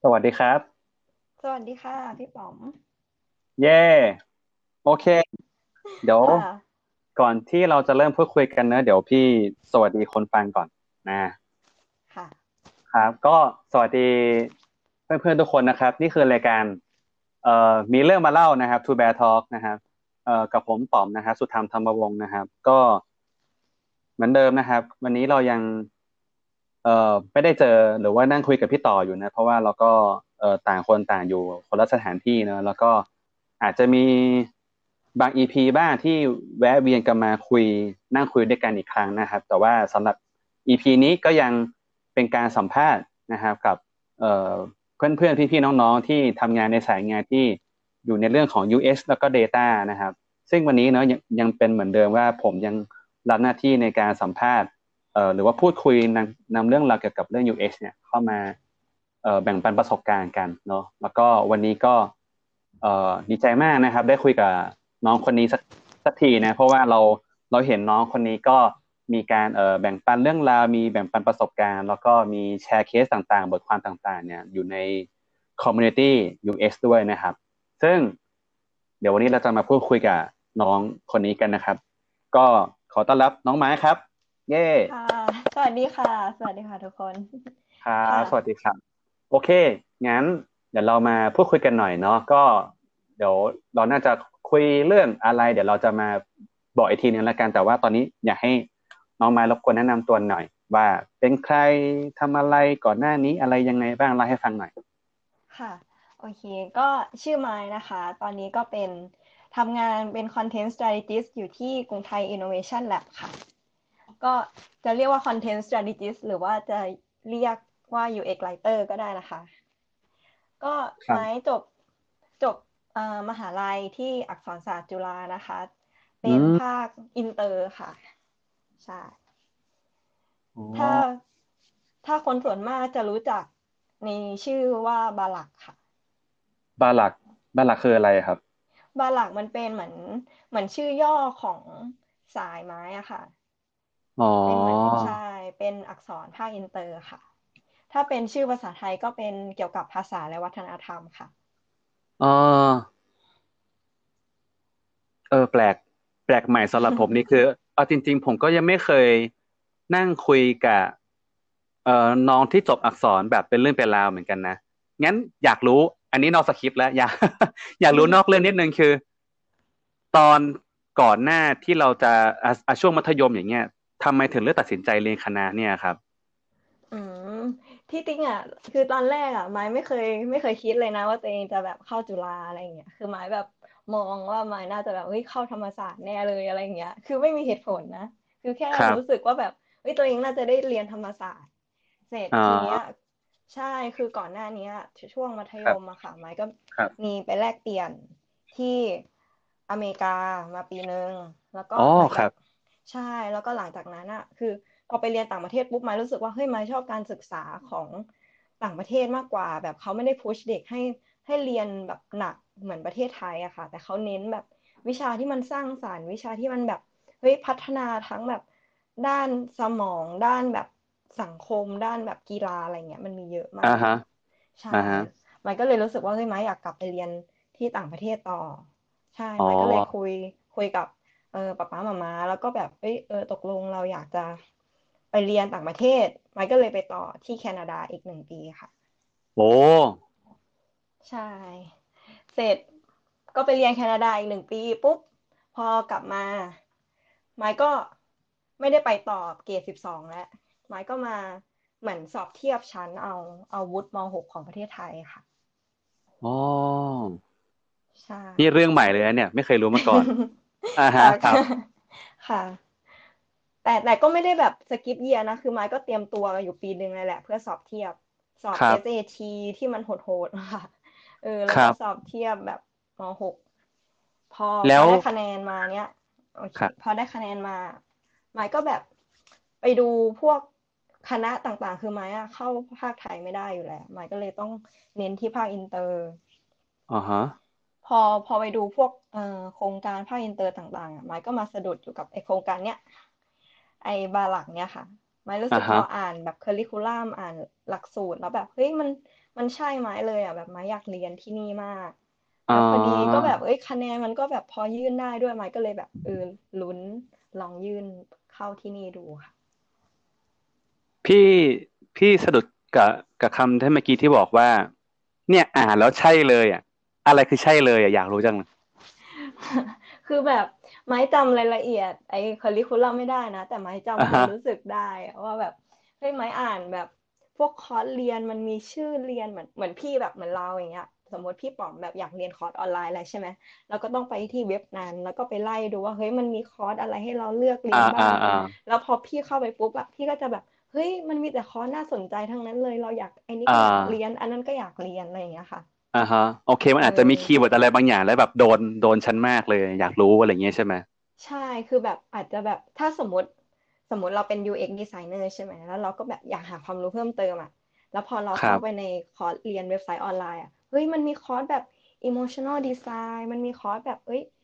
สวัสดีครับสวัสดีค่ะพี่ป๋อมเย่โอเคเดี๋ยวค่ะก่อนที่เราจะเริ่มพูดคุยกันเนอะเดี๋ยวพี่สวัสดีคนฟังก่อนค่ะครับก็สวัสดีเพื่อนๆทุกคนนะครับนี่คือรายการมีเรื่องมาเล่านะครับ To Bear Talk นะครับกับผมป๋อมนะครับสุธรรมธรรมวงศ์นะครับก็เหมือนเดิมนะครับวันนี้เรายังไม่ได้เจอหรือว่านั่งคุยกับพี่ต่ออยู่นะเพราะว่าเราก็ต่างคนต่างอยู่คนละสถานที่เนอะแล้วก็อาจจะมีบางอีพีบ้างที่แวะเวียนกันมาคุยนั่งคุยด้วยกันอีกครั้งนะครับแต่ว่าสำหรับอีพีนี้ก็ยังเป็นการสัมภาษณ์นะครับกับเอ่อเพื่อนๆพี่ๆน้องๆที่ทำงานในสายงานที่อยู่ในเรื่องของ UX แล้วก็ Data นะครับซึ่งวันนี้เนาะยังเป็นเหมือนเดิมว่าผมยังรับหน้าที่ในการสัมภาษณ์ หรือว่าพูดคุยนำเรื่องราวเกี่ยวกับเรื่อง UX เนี่ยเข้ามาแบ่งปันประสบการณ์กันเนาะแล้วก็วันนี้ก็ดีใจมากนะครับได้คุยกับน้องคนนี้สักทีนะเพราะว่าเราเห็นน้องคนนี้ก็มีการแบ่งปันเรื่องราวมีแบ่งปันประสบการณ์แล้วก็มีแชร์เคสต่างๆบทความต่างๆเนี่ยอยู่ในคอมมูนิตี้ UX ด้วยนะครับซึ่งเดี๋ยววันนี้เราจะมาพูดคุยกับน้องคนนี้กันนะครับก็ขอต้อนรับน้องไม้ครับเย้ค่ะสวัสดีค่ะสวัสดีค่ะทุกคนครับค่ะสวัสดีครับโอเคงั้นเดี๋ยวเรามาพูดคุยกันหน่อยเนาะก็เดี๋ยวเราน่าจะคุยเรื่องอะไรเดี๋ยวเราจะมาบอกอีกทีนึงแล้วกันแต่ว่าตอนนี้อยากให้น้องไม้รบกวนแนะนำตัวหน่อยว่าเป็นใครทำอะไรก่อนหน้านี้อะไรยังไงบ้างเล่าให้ฟังหน่อยค่ะโอเคก็ชื่อไม้นะคะตอนนี้ก็เป็นทำงานเป็น Content Strategist อยู่ที่กรุงไทย Innovation Lab ค่ะก็จะเรียกว่า Content Strategist หรือว่าจะเรียกว่า UX Writer ก็ได้นะคะก็ไม้ครับจบมหาลัยที่อักษรศาสตร์จุฬานะคะอืเป็นภามคอินเตอร์ค่ะใช่อ๋อถ้าถ้าคนส่วนมากจะรู้จักในชื่อว่าบาลักค่ะบาหลักบาหลักคืออะไรครับบาลักมันเป็นเหมือนชื่อย่อของสายไม้อะค่ะอ๋อเป็นเหมือนใช่เป็นอักษรภาคอินเตอร์ค่ะถ้าเป็นชื่อภาษาไทยก็เป็นเกี่ยวกับภาษาและวัฒนธรรมค่ะเออแปลกใหม่สำหรับผมนี่คือเอาจริงๆผมก็ยังไม่เคยนั่งคุยกับ น้องที่จบอักษรแบบเป็นเรื่องเป็นราวเหมือนกันนะงั้นอยากรู้อันนี้นอกสคริปต์แล้วอยากอยากรู้นอกเรื่องนิดนึงคือตอนก่อนหน้าที่เราจะช่วงมัธยมอย่างเงี้ยทำไมถึงเลือกตัดสินใจเรียนคณะเนี่ยครับอืมที่ติ๊กอ่ะคือตอนแรกอ่ะไม้ไม่เคยคิดเลยนะว่าตัวเองจะแบบเข้าจุฬาอะไรอย่างเงี้ยคือไม้แบบมองว่าไม้น่าจะแบบเฮ้ยเข้าธรรมศาสตร์แน่เลยอะไรอย่างเงี้ยคือไม่มีเหตุผลนะคือแค่รู้สึครับกว่าแบบเฮ้ยตัวเองน่าจะได้เรียนธรรมศาสตร์เสร็จอ๋ทีเนี้ยอใช่คือก่อนหน้านี้ช่วงมัธยครับมอะค่ะไม้ก็ครับมีไปแลกเปลี่ยนที่อเมริกามาปีนึงแล้วก็อ๋อหลังจากครับใช่แล้วก็หลังจากนั้นอะคือ พอไปเรียนต่างประเทศปุ๊บไม้รู้สึกว่าเฮ้ยไม้ชอบการศึกษาของต่างประเทศมากกว่าแบบเขาไม่ได้พุชเด็กให้เรียนแบบหนักเหมือนประเทศไทยอะค่ะแต่เขาเน้นแบบวิชาที่มันสร้างสรรค์วิชาที่มันแบบเฮ้ยพัฒนาทั้งแบบด้านสมองด้านแบบสังคมด้านแบบกีฬาอะไรเงี้ยมันมีเยอะมากอ่าฮะใช่อ่าฮะมันก็เลยรู้สึกว่าเฮ้ยไม้อยากกลับไปเรียนที่ต่างประเทศต่อใช่อ๋อไม้ก็เลยคุยกับ ป๊าป๊าหม่าม้าแล้วก็แบบเอ้ยตกลงเราอยากจะไปเรียนต่างประเทศไมค์ก็เลยไปต่อที่แคนาดาอีก1 ปีค่ะโอ้ใช่เสร็จก็ไปเรียนแคนาดาอีก1 ปีปุ๊บพอกลับมาไมค์ก็ไม่ได้ไปต่อเกรด12แล้วไมค์ก็มาเหมือนสอบเทียบชั้นเอาวุฒิม.6ของประเทศไทยค่ะอ๋อใช่นี่เรื่องใหม่เลยนะเนี่ยไม่เคยรู้มาก่อนอ่า ฮะค่ะครับค่ะ แต่ก็ไม่ได้แบบสกิปเยียร์นะคือไม้ก็เตรียมตัวอยู่ปีหนึ่งเลยแหละเพื่อสอบเทียบสอบครับ SAT ที่มันโหดๆค่ะแล้วก็สอบครับเทียบแบบม .6 พอพแล้วอได้คะแนนมาเนี้ยโอเคครับพอได้คะแนนมาไม้ก็แบบไปดูพวกคณะต่างๆคือไม้อะเข้าภาคไทยไม่ได้อยู่แล้วไม้ก็เลยต้องเน้นที่ภาคอินเตอร์อ๋อฮะพอไปดูพวกโครงการภาคอินเตอร์ต่างๆอะไม้ก็มาสะดุดอยู่กับไอโครงการเนี้ย ไอ้บาหลักเนี่ยค่ะไม่รู้สึกพอ่าฮะออ่านแบบเคอริคูลัมอ่านหลักสูตรแล้วแบบเฮ้ยมันมันใช่ไม้เลยอ่ะแบบไม้อยากเรียนที่นี่มากอ๋อแล้วพอดีก็แบบคะแนนมันก็แบบพอยื่นได้ด้วยไม้ก็เลยแบบลุ้นลองยื่นเข้าที่นี่ดูค่ะพี่พี่สะดุดกับคำที่เมื่อกี้ที่บอกว่าเนี่ยอ่านแล้วใช่เลยอ่ะอะไรคือใช่เลยอ่ะอยากรู้จังเลยคือแบบไม้จำรายละเอียดไอ้คอริคูลัมไม่ได้นะแต่ไม้อ่าจำควาฮะมรู้สึกได้อะว่าแบบเฮ้ยไม้อ่านแบบพวกคอร์สเรียนมันมีชื่อเรียนเหมือนพี่แบบเหมือนเราอย่างเงี้ยสมมติพี่ป๋อมแบบอยากเรียนคอร์สออนไลน์อะไรใช่ไหมเราก็ต้องไปที่เว็บนั้นแล้วก็ไปไล่ดูว่าเฮ้ยมันมีคอร์สอะไรให้เราเลือกเรีอ่ายนบ้างอ่าอ่าแล้วพอพี่เข้าไปปุ๊บอะพี่ก็จะแบบเฮ้ยมันมีแต่คอร์สน่าสนใจทั้งนั้นเลยเราอยากไอ้นี่อ่ก็อยากเรียนาอันนั้นก็อยากเรียนอะไรอย่างเงี้ยค่ะอ่าฮะโอเคมันเออาจจะมีคีย์เวิอร์ดอะไรบางอย่างแล้วแบบโดนชั้นมากเลยอยากรู้อะไรอย่างเงี้ยใช่ไหมใช่คือแบบอาจจะแบบถ้าสมมุติเราเป็น UX designer ใช่ไหมแล้วเราก็แบบอยากหาความรู้เพิ่มเติมอ่ะแล้วพอเราครับเข้าไปในคอร์สเรียนเว็บไซต์ออนไลน์อ่ะเฮ้ยมันมีคอร์สแบบ emotional design มันมีคอร์สแบบ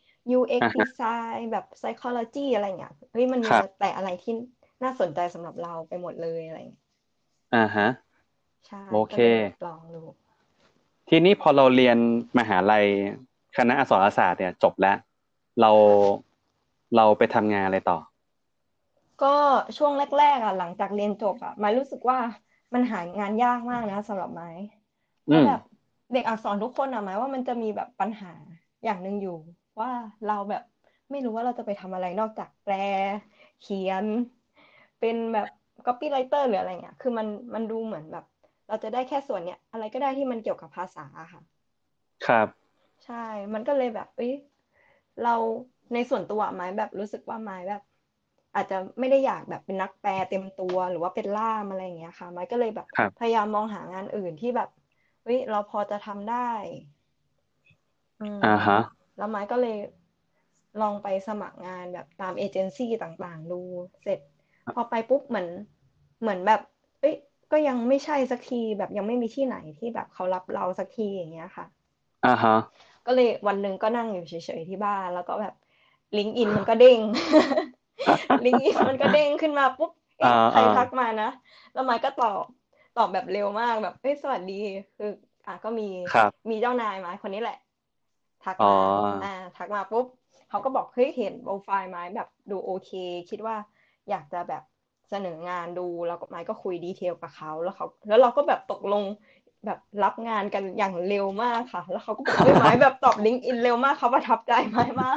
UX อ่าฮะ design แบบ psychology อะไรเงี้ยเฮ้ยมันมีครับแต่อะไรที่น่าสนใจสำหรับเราไปหมดเลยอะไรเงี้ยอ่าฮะใช่โอเคก็เลยลองดูทีนี้พอเราเรียนมหาลัยคณะอักษรศาสตร์เนี่ยจบแล้วเราเราไปทำงานอะไรต่อก็ช่วงแรกๆอ่ะหลังจากเรียนจบอ่ะไม้รู้สึกว่ามันหางานยากมากนะสำหรับไม้เพอืมราะแบบเด็กอักษรทุกคนอ่ะไม้ว่ามันจะมีแบบปัญหาอย่างหนึ่งอยู่ว่าเราแบบไม่รู้ว่าเราจะไปทำอะไรนอกจากแปลเขียนเป็นแบบ copywriter หรืออะไรเงี้ยคือมันดูเหมือนแบบเราจะได้แค่ส่วนเนี้ยอะไรก็ได้ที่มันเกี่ยวกับภาษาอะค่ะครับใช่ มันก็เลยแบบเราในส่วนตัวไม้แบบรู้สึกว่าไม้แบบอาจจะไม่ได้อยากแบบเป็นนักแปลเต็มตัวหรือว่าเป็นล่ามอะไรอย่างเงี้ยค่ะไม้ก็เลยแบบครับพยายามมองหางานอื่นที่แบบเราพอจะทำได้อืมอ่าฮะแล้วไม้ก็เลยลองไปสมัครงานแบบตามเอเจนซี่ต่างๆดูเสร็จพอไปปุ๊บเหมือนแบบเอ้ยก็ยังไม่ใช่สักทีแบบยังไม่มีที่ไหนที่แบบเขารับเราสักทีอย่างเงี้ยค่ะอ่าฮะก็เลยวันหนึ่งก็นั่งอยู่เฉยๆที่บ้านแล้วก็แบบลิงก์อินมันก็เด้งลิงก์อินมันก็เด้งขึ้นมาปุ๊บอ่าใครอ่าทักมานะแล้วไมค์ก็ตอบแบบเร็วมากแบบสวัสดีคือก็มีครับเจ้านายมาคนนี้แหละทักอ๋อมาอ่าทักมาปุ๊บเขาก็บอกเฮ้ยเห็นโปรไฟล์ไม้แบบดูโอเคคิดว่าอยากจะแบบเสนองานดูแล้วก็ไม้ก็คุยดีเทลกับเขาแล้วเราก็แบบตกลง แบบรับงานกันอย่างเร็วมากค่ะ แล้วเขาก็บอกเฮ้ยไม้แบบตอบลิงก์อินเร็วมากเขาประทับใจไม้มาก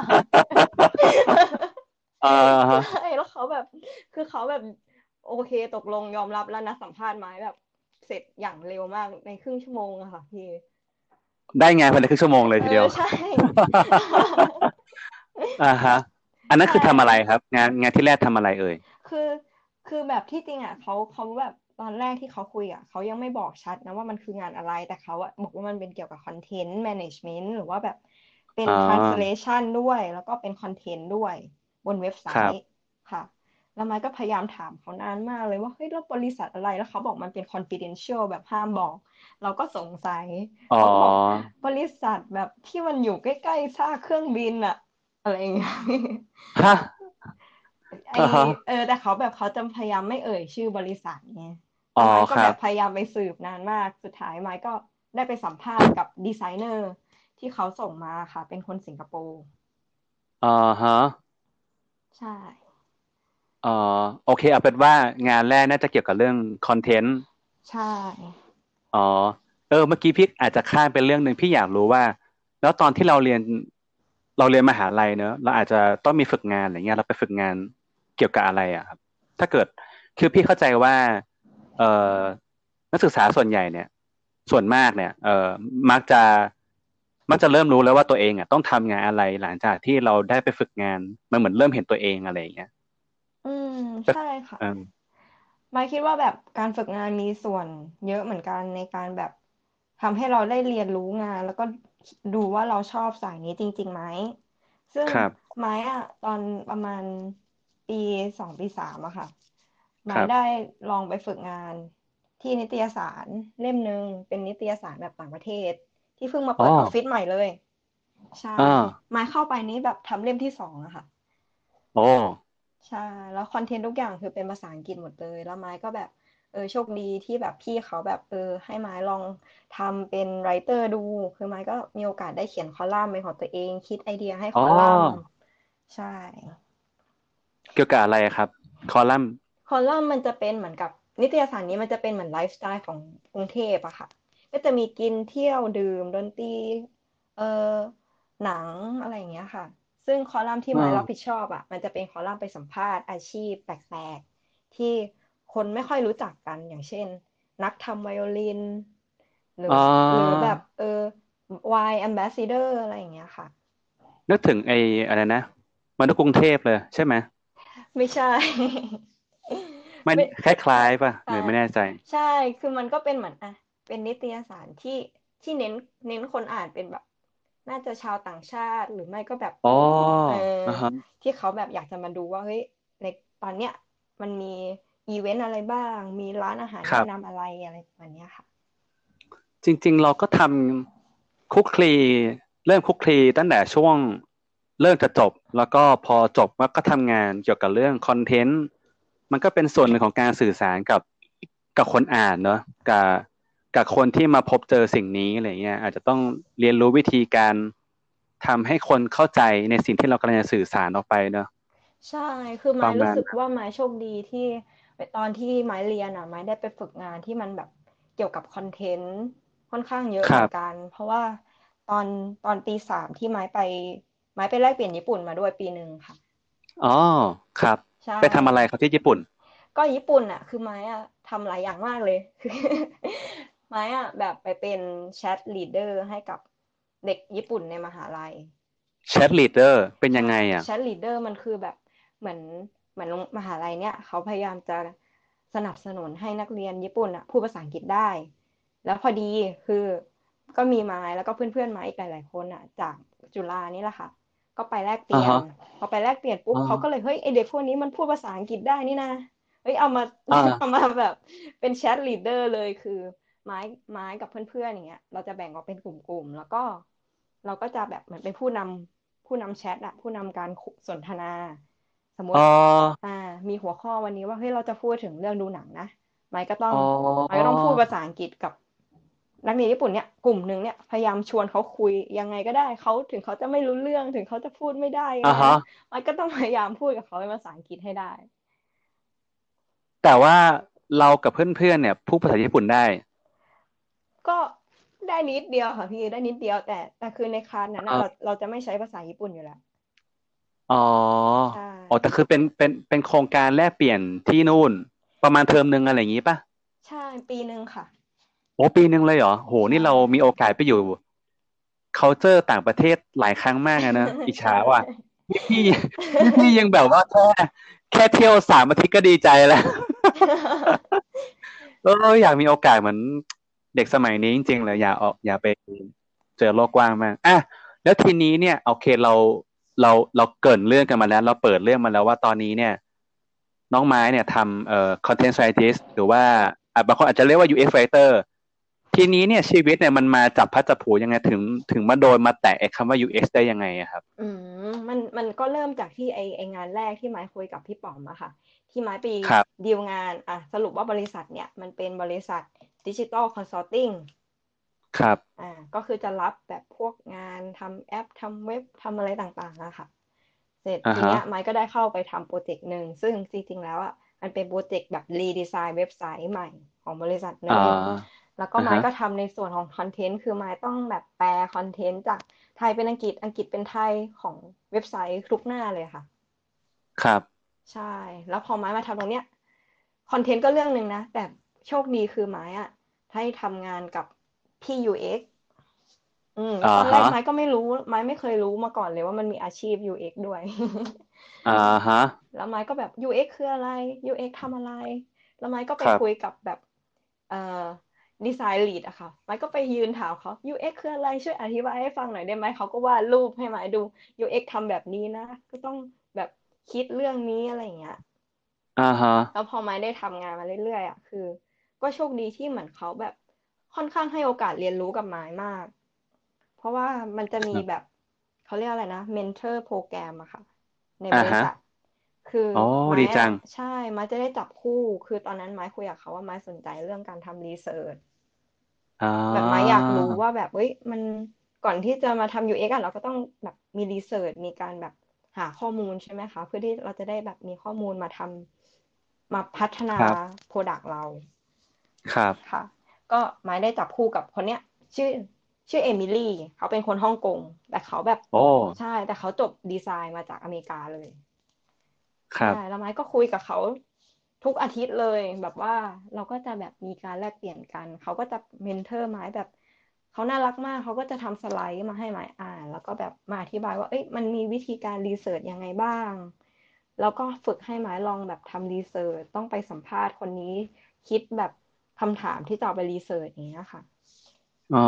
อ่าฮะใช่แล้วเขาแบบคือเขาแบบโอเคตกลงยอมรับแล้วนะสัมภาษณ์ไม้แบบเสร็จอย่างเร็วมากในครึ่งชั่วโมงอะค่ะพี่ได้งานภายในครึ่งชั่วโมงเลยทีเดียวใช่อ่าฮะอันนั้นใช่คือทำอะไรครับงานที่แรกทำอะไรเอ่ยคือคือแบบที่จริงอ่ะเขาแบบตอนแรกที่เขาคุยอ่ะเขายังไม่บอกชัดนะว่ามันคืองานอะไรแต่เขาอ่ะบอกว่ามันเป็นเกี่ยวกับคอนเทนต์แมネจเมนต์หรือว่าแบบเป็นอ่า translation ด้วยแล้วก็เป็นคอนเทนต์ด้วยบนเว็บไซต์ครับค่ะแล้วไมค์ก็พยายามถามเขานานมากเลยว่าเฮ้ยแล้วบริษัทอะไรแล้วเขาบอกมันเป็น confidential แบบห้ามบอกเราก็สงสัยอ๋อเขาก็บอกบริษัทแบบที่มันอยู่ใกล้ๆซากเครื่องบินอะอะไรอย่างเงี้ยฮะไออ่าฮะแต่เขาแบบเขาจะพยายามไม่เอ่ยชื่อบริษัทไงอ๋อแล้วไม้ก็ครับแบบพยายามไปสืบนานมากสุดท้ายไม้ก็ได้ไปสัมภาษณ์กับดีไซเนอร์ที่เขาส่งมาค่ะเป็นคนสิงคโปร์อ่าฮะใช่อ๋อโอเคเอาเป็นว่างานแรกน่าจะเกี่ยวกับเรื่องคอนเทนต์ใช่อ๋อเมื่อกี้พี่อาจจะข้ามไปเรื่องหนึ่งพี่อยากรู้ว่าแล้วตอนที่เราเรียนมหาลัยเนอะเราอาจจะต้องมีฝึกงานอะไรเงี้ยเราไปฝึกงานเกี่ยวกับอะไรอะครับถ้าเกิดคือพี่เข้าใจว่าเอ่อนักศึกษาส่วนใหญ่เนี่ยส่วนมากเนี่ยมักจะเริ่มรู้แล้วว่าตัวเองอ่ะต้องทำงานอะไรหลังจากที่เราได้ไปฝึกงานมันเหมือนเริ่มเห็นตัวเองอะไรอย่างเงี้ยอืมแต่ใช่ค่ะเออไม้คิดว่าแบบการฝึกงานมีส่วนเยอะเหมือนกันในการแบบทำให้เราได้เรียนรู้งานแล้วก็ดูว่าเราชอบสายนี้จริงๆไหมซึ่งครับไม้อะตอนประมาณปี2 ปี 3อะค่ะ หครับมายได้ลองไปฝึกงานที่นิตยสารเล่มหนึ่งเป็นนิตยสารแบบต่างประเทศที่เพิ่งมาอ๋อเปิดออฟฟิศใหม่เลยใช่อ่าหมายเข้าไปนี้แบบทำเล่มที่2อะค่ะโอ้ใช่แล้วคอนเทนต์ทุกอย่างคือเป็นภาษาอังกฤษหมดเลยแล้วไม้ก็แบบโชคดีที่แบบพี่เขาแบบให้ไม้ลองทำเป็นไรเตอร์ดูคือไม้ก็มีโอกาสได้เขียนคอลัมน์เป็นของตัวเองคิดไอเดียให้อ๋อคอลัมน์ใช่เกี่ยวกับอะไรครับคอลัมน์คอลัมน์มันจะเป็นเหมือนกับนิตยสารนี้มันจะเป็นเหมือนไลฟ์สไตล์ของกรุงเทพอะค่ะก็จะมีกินเที่ยวดื่มดนตรีเอ่อหนังอะไรอย่างเงี้ยค่ะซึ่งคอลัมน์ที่อ๋อไม้รับผิดชอบอะมันจะเป็นคอลัมน์ไปสัมภาษณ์อาชีพแปลกๆที่คนไม่ค่อยรู้จักกันอย่างเช่นนักทำไวโอลินหรืออ๋อหรือแบบwine ambassador อะไรอย่างเงี้ยค่ะนึกถึงไอ้อะไรนะมนุษย์กรุงเทพเลยใช่ไหมไม่ใช่ไม่ไม่คล้ายๆป่ะหอ่ารือไม่แน่ใจใช่คือมันก็เป็นเหมือนเป็นนิตยสารที่เน้นคนอ่านเป็นแบบน่าจะชาวต่างชาติหรือไม่ก็แบบอ๋อเอออ่าฮะที่เขาแบบอยากจะมาดูว่าเฮ้ยในตอนเนี้ยมันมีอีเวนต์อะไรบ้างมีร้านอาหารครับแนะนำอะไรอะไรประมาณเนี้ยค่ะจริงๆเราก็ทำคุกคลีเริ่มคุกคลีตั้งแต่ช่วงเริ่มจะจบแล้วก็พอจบก็ทำงานเกี่ยวกับเรื่องคอนเทนต์มันก็เป็นส่วนหนึ่งของการสื่อสารกับคนอ่านเนอะกับกับคนที่มาพบเจอสิ่งนี้อะไรเงี้ยอาจจะต้องเรียนรู้วิธีการทำให้คนเข้าใจในสิ่งที่เรากำลังจะสื่อสารออกไปเนอะใช่คือปไม้รู้ระมาณสึกว่าไม้โชคดีที่ตอนที่ไม้เรียนไม้ได้ไปฝึกงานที่มันแบบเกี่ยวกับคอนเทนต์ค่อนข้างเยอะครับเหมือนกันเพราะว่าตอนตอนปีสามที่ไม้ไปแลกเปลี่ยนญี่ปุ่นมาด้วยปีหนึ่งค่ะอ๋อครับใช่ไปทำอะไรครับที่ญี่ปุ่นก็ญี่ปุ่นคือไม้ทำหลายอย่างมากเลยคือไม้แบบไปเป็นแชทลีดเดอร์ให้กับเด็กญี่ปุ่นในมหาลัยแชทลีดเดอร์เป็นใช่ยังไงอ่ะแชทลีดเดอร์มันคือแบบเหมือนเหมือนมหาลัยเนี่ยเขาพยายามจะสนับสนุนให้นักเรียนญี่ปุ่นพูดภาษาอังกฤษได้แล้วพอดีคือก็มีไม้แล้วก็เพื่อนๆไม้อีกหลายๆคนจากจุฬานี่แหละค่ะก็ไปแลกเปลี่ยนอ่าฮะพอไปแลกเปลี่ยนปุ๊บอ๋อเขาก็เลยเฮ้ยไอเด็กพวกนี้มันพูดภาษาอังกฤษได้นี่นะเฮ้ยเอามาอ่าเอามาแบบเป็นแชทลีดเดอร์เลยคือไม้ไม้กับเพื่อนๆอย่างเงี้ยเราจะแบ่งออกเป็นกลุ่มๆแล้วก็เราก็จะแบบเหมือนเป็นผู้นำแชทผู้นำการสนทนาสมมอ๋อติมีหัวข้อวันนี้ว่าเฮ้ยเราจะพูดถึงเรื่องดูหนังนะไมค์ก็ต้องอ๋อไมค์ก็ต้องพูดภาษาอังกฤษกับนักเรียนญี่ปุ่นเนี่ยกลุ่มหนึ่งเนี่ยพยายามชวนเขาคุยยังไงก็ได้เขาถึงเขาจะไม่รู้เรื่องถึงเขาจะพูดไม่ได้ยังอ่าฮะไงนะไมค์ก็ต้องพยายามพูดกับเขาเป็นภาษาอังกฤษให้ได้แต่ว่าเรากับเพื่อนๆเนี่ยพูดภาษาญี่ปุ่นได้ก็ได้นิดเดียวค่ะพี่ได้นิดเดียวแต่คือในคลาสนั้นอ่าเราจะไม่ใช้ภาษาญี่ปุ่นอยู่แล้วอ๋อใช่อ๋อแต่คือเป็นโครงการแลกเปลี่ยนที่นู่นประมาณเทอมหนึ่งอะไรอย่างนี้ป่ะใช่ปีหนึ่งค่ะโอ้ปีหนึ่งเลยเหรอโหใช่นี่เรามีโอกาสไปอยู่ culture ต่างประเทศหลายครั้งมากเลยนะอิจใช่ฉาว่ะนี่พี่นี่พี่ยังแบบว่าแค่เที่ยว3 อาทิตย์ก็ดีใจแล้ว เอออยากมีโอกาสเหมือนเด็กสมัยนี้จริงๆเลยอยากไปเจอโลกกว้างมากอ่ะแล้วทีนี้เนี่ยโอเคเราเกริ่นเรื่องกันมาแล้วเราเปิดเรื่องมาแล้วว่าตอนนี้เนี่ยน้องไม้เนี่ยทำcontent strategist หรือว่าบางคนอาจจะเรียกว่า UX writer ทีนี้เนี่ยชีวิตเนี่ยมันมาจับพลัดจับผลูยังไงถึงมาโดนมาแตะไอ้คำว่า UX ได้ยังไงอะครับอืมันก็เริ่มจากที่ไองานแรกที่ไม้คุยกับพี่ป๋อมอะค่ะที่ไม้ไปครับดีลงานสรุปว่าบริษัทเนี่ยมันเป็นบริษัทดิจิ t a ลคอนซัลทิงครับก็คือจะรับแบบพวกงานทำแอปทำเว็บทำอะไรต่างๆอะค่ะเสร็จอ่าฮะทีเนี้ยไม้ก็ได้เข้าไปทำโปรเจกต์หนึ่งซึ่งจริงๆแล้วมันเป็นโปรเจกต์แบบรีดีไซน์เว็บไซต์ใหม่ของบริษัทหอ่นึ่งาแล้วก็อ่าฮะไม้ก็ทำในส่วนของคอนเทนต์คือไม้ต้องแบบแปลคอนเทนต์จากไทยเป็นอังกฤษอังกฤษเป็นไทยของเว็บไซต์ทุกหน้าเลยค่ะครับใช่แล้วพอไม้มาทำตรงเนี้ยคอนเทนต์ก็เรื่องหนึ่งนะแต่โชคดีคือไม้ให้ทำงานกับพี่ UX แล้อ่าวตอนแรกฮะไม้ก็ไม่รู้ไม้ไม่เคยรู้มาก่อนเลยว่ามันมีอาชีพ UX ด้วยอ่าฮะแล้วไม้ก็แบบ UX คืออะไร UX ทำอะไรแล้วไม้ก็ไปคุยครับกับแบบเอ่อดีไซน์ลีดอะค่ะไม้ก็ไปยืนถามเขา UX คืออะไรช่วยอธิบายให้ฟังหน่อยได้ไหมเขาก็วาดรูปให้ไม้ดู UX ทำแบบนี้นะก็ต้องแบบคิดเรื่องนี้อะไรอย่างเงี้ยอ่าฮะแล้วพอไม้ได้ทำงานมาเรื่อยๆคือก็โชคดีที่เหมือนเขาแบบค่อนข้างให้โอกาสเรียนรู้กับไม้มากเพราะว่ามันจะมีแบบเขาเรียกอะไรนะเมนเทอร์โปรแกรมอะค่ะในอ่าฮะบริษัทคืออ๋อไม้อะดีจังใช่ไม้จะได้จับคู่คือตอนนั้นไม้คุยกับเขาว่าไม้สนใจเรื่องการทำรีเสิร์ชอ๋อแบบไม้อยากรู้ว่าแบบเฮ้ยมันก่อนที่จะมาทำ UX อกซ์อะเราก็ต้องแบบมีรีเสิร์ชมีการแบบหาข้อมูลใช่ไหมคะเพื่อที่เราจะได้แบบมีข้อมูลมาทำมาพัฒนาครับโปรดักต์เราครับค่ะก็ไม้ได้จับคู่กับคนเนี้ยชื่อชื่อเอมิลี่เขาเป็นคนฮ่องกงแต่เขาแบบโอ้ใช่แต่เขาจบดีไซน์มาจากอเมริกาเลย ใช่ครับแล้วไม้ก็คุยกับเขาทุกอาทิตย์เลยแบบว่าเราก็จะแบบมีการแลกเปลี่ยนกันเขาก็จะเมนเทอร์ไม้แบบเขาน่ารักมากเขาก็จะทำสไลด์มาให้ไม้อ่านแล้วก็แบบมาอธิบายว่าเอ้ยมันมีวิธีการรีเสิร์ชยังไงบ้างแล้วก็ฝึกให้ไม้ลองแบบทำรีเสิร์ชต้องไปสัมภาษณ์คนนี้คิดแบบคำถามที่จะเอาไปรีเสิร์ชอย่างเงี้ยค่ะอ๋อ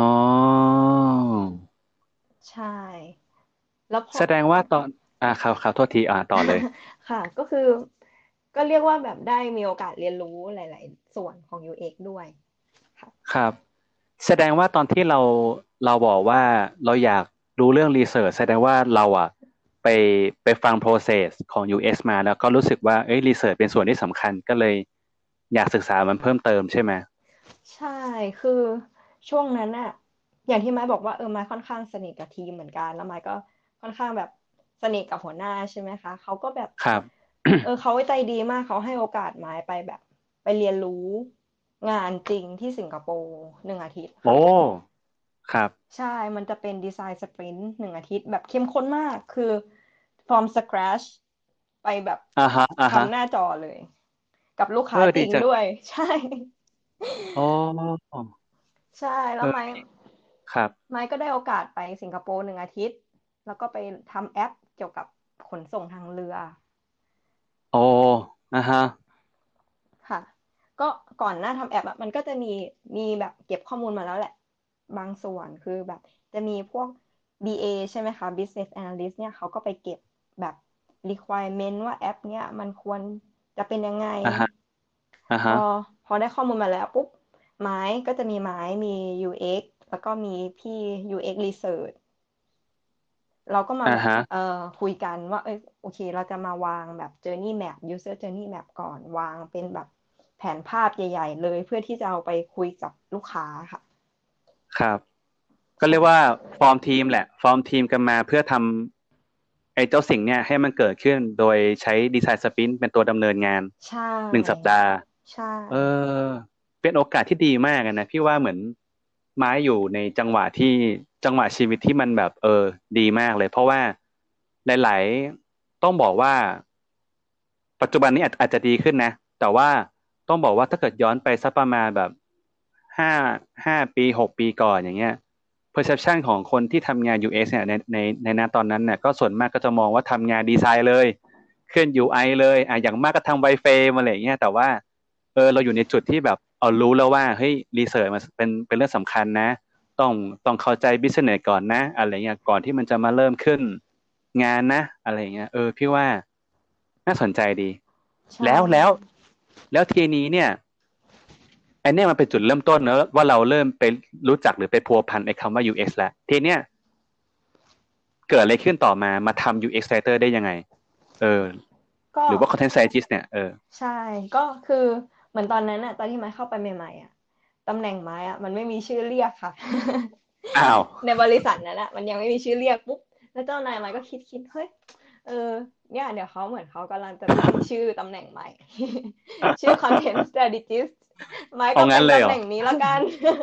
ใช่แล้วพอแสดงว่าตอนครับโทษทีต่อเลยค่ะก็คือก็เรียกว่าแบบได้มีโอกาสเรียนรู้หลายๆส่วนของ UX ด้วยค่ะครับแสดงว่าตอนที่เราบอกว่าเราอยากรู้เรื่องรีเสิร์ชแสดงว่าเราไปไปฟัง process ของ UX มาแล้วก็รู้สึกว่าเอ้ยรีเสิร์ชเป็นส่วนที่สำคัญก็เลยอยากศึกษามันเพิ่มเติมใช่ไหมใช่คือช่วงนั้นอะอย่างที่ไม้บอกว่าไม้ค่อนข้างสนิทกับทีมเหมือนกันแล้วไม้ก็ค่อนข้างแบบสนิทกับหัวหน้าใช่ไหมคะเขาก็แบบครับเขาใจดีมากเขาให้โอกาสไม้ไปแบบไปเรียนรู้งานจริงที่สิงคโปร์1 อาทิตย์โอ้ค่ะครับใช่ มันจะเป็นดีไซน์สปรินต์1 อาทิตย์แบบเข้มข้นมาก คือ from scratch ไปแบบอ่าฮะทำหน้าจอเลย กับลูกค้าจดีจังริงด้วย ใช่อ๋อใช่ แล้วไม้เออครับไม้ก็ได้โอกาสไปสิงคโปร์1 อาทิตย์ แล้วก็ไปทำแอปเกี่ยวกับขนส่งทางเรือโอ้ฮะค่ะก็ก่อนหน้าทำแอปอะมันก็จะมีแบบเก็บข้อมูลมาแล้วแหละบางส่วนคือแบบจะมีพวก BA ใช่ไหมคะ Business Analyst เนี่ยเขาก็ไปเก็บแบบ requirement ว่าแอปเนี้ยมันควรจะเป็นยังไงฮะพอฮะพอได้ข้อมูลมาแล้วปุ๊บไม้ก็จะมีไม้มี UX แล้วก็มีพี่ UX Research เราก็มาแบบฮะคุยกันว่าโอเคเราจะมาวางแบบ journey map user journey map ก่อนวางเป็นแบบแผนภาพใหญ่ๆเลยเพื่อที่จะเอาไปคุยกับลูกค้าค่ะครับ ก็ใช่เรียกว่าฟอร์มทีมแหละฟอร์มทีมกันมาเพื่อทำไอ้เจ้าสิ่งเนี่ยให้มันเกิดขึ้นโดยใช้ดีไซน์สปรินต์เป็นตัวดำเนินงานใช 1 สัปดาห์ใช่เออเป็นโอกาสที่ดีมากอะนะพี่ว่าเหมือนไม้อยู่ในจังหวะชีวิตที่มันแบบดีมากเลยเพราะว่าหลายๆต้องบอกว่าปัจจุบันนี้อาจจะดีขึ้นนะแต่ว่าต้องบอกว่าถ้าเกิดย้อนไปสักประมาณแบบห้า5 ปี6 ปีก่อนอย่างเงี้ย perception ของคนที่ทำงาน UX เนี่ยในณตอนนั้นเนี่ยก็ส่วนมากก็จะมองว่าทำงานดีไซน์เลยขึ้น UI เลยอย่างมากก็ทำไวเฟรมอะไรอย่างเงี้ยแต่ว่าเราอยู่ในจุดที่แบบรู้แล้วว่าเฮ้ยรีเสิร์ชมันเป็นเรื่องสำคัญนะต้องต้องเข้าใจ business ก่อนนะอะไรเงี้ยก่อนที่มันจะมาเริ่มขึ้นงานนะอะไรเงี้ยพี่ว่าน่าสนใจดีใช่แล้วทีนี้เนี่ยไอเนี่ยมันเป็นจุดเริ่มต้นนะว่าเราเริ่มไปรู้จักหรือไปพัวพันไอ้คำว่า UX แล้วทีเนี้ย เกิดอะไรขึ้นต่อมาทำ UX Writer ได้ยังไงเออก็หรือว่า Content Scientist เนี่ยใช่ก็คือเหมือนตอนนั้นอะตอนที่ไม้เข้าไปใหม่ๆอะตำแหน่งไม้อะมันไม่มีชื่อเรียกค่ะอ้าวในบริษัทนั้นอะมันยังไม่มีชื่อเรียกปุ๊บแล้วเจ้านายไม้ก็คิดเฮ้ยเออเนี่ยเดี๋ยวเขาเหมือนเขากำลังจะตั้งชื่อตำแหน่งใหม่ชื่อ Content Strategist ไม้เอาก็เป็นงั้นเลยเหรอตำแหน่งนี้แล้วกัน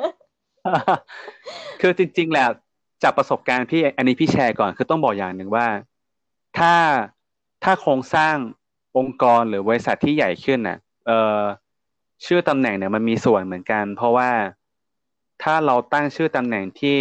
คือจริงๆแหละจากประสบการณ์พี่อันนี้พี่แชร์ก่อนคือต้องบอกอย่างหนึ่งว่าถ้าถ้าโครงสร้างองค์กรหรือบริษัทที่ใหญ่ขึ้นน่ะชื่อตำแหน่งเนี่ยมันมีส่วนเหมือนกันเพราะว่าถ้าเราตั้งชื่อตำแหน่งที่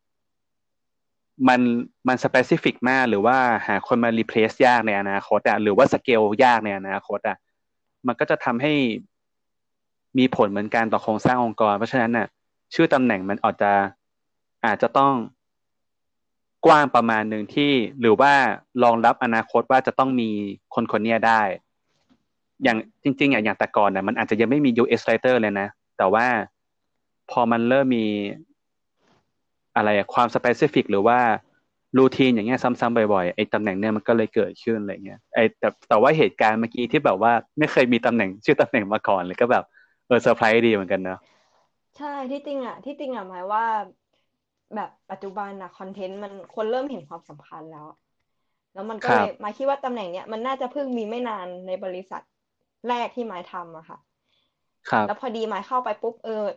มันมันสเปซิฟิกมากหรือว่าหาคนมา replace ยากในอนาคตหรือว่าสเกลยากในอนาคตมันก็จะทำให้มีผลเหมือนกันต่อโครงสร้างองค์กรเพราะฉะนั้นน่ะชื่อตำแหน่งมันอาจจะต้องกว้างประมาณหนึ่งที่หรือว่ารองรับอนาคตว่าจะต้องมีคนคนเนี้ยได้อย่างจริงๆอย่างแต่ก่อนน่ะมันอาจจะยังไม่มี UX Writer เลยนะแต่ว่าพอมันเริ่มมีอะไรความสเปซิฟิกหรือว่ารูทีนอย่างเงี้ยซ้ำๆบ่อยๆไอ้ตำแหน่งเนี่ยมันก็เลยเกิดขึ้นอะไรเงี้ยไอ้แต่ว่าเหตุการณ์เมื่อกี้ที่แบบว่าไม่เคยมีตำแหน่งชื่อตำแหน่งมาก่อนเลยก็แบบเซอร์ไพรส์ดีเหมือนกันเนอะใช่ที่จริงอ่ะหมายว่าแบบปัจจุบันอ่ะคอนเทนต์มันคนเริ่มเห็นความสำคัญแล้วมันก็เลยหมาครับยคิดว่าตำแหน่งเนี้ยมันน่าจะเพิ่งมีไม่นานในบริษัทแรกที่หมายทำอะค่ะแล้วพอครับดีหมายเข้าไปปุ๊บ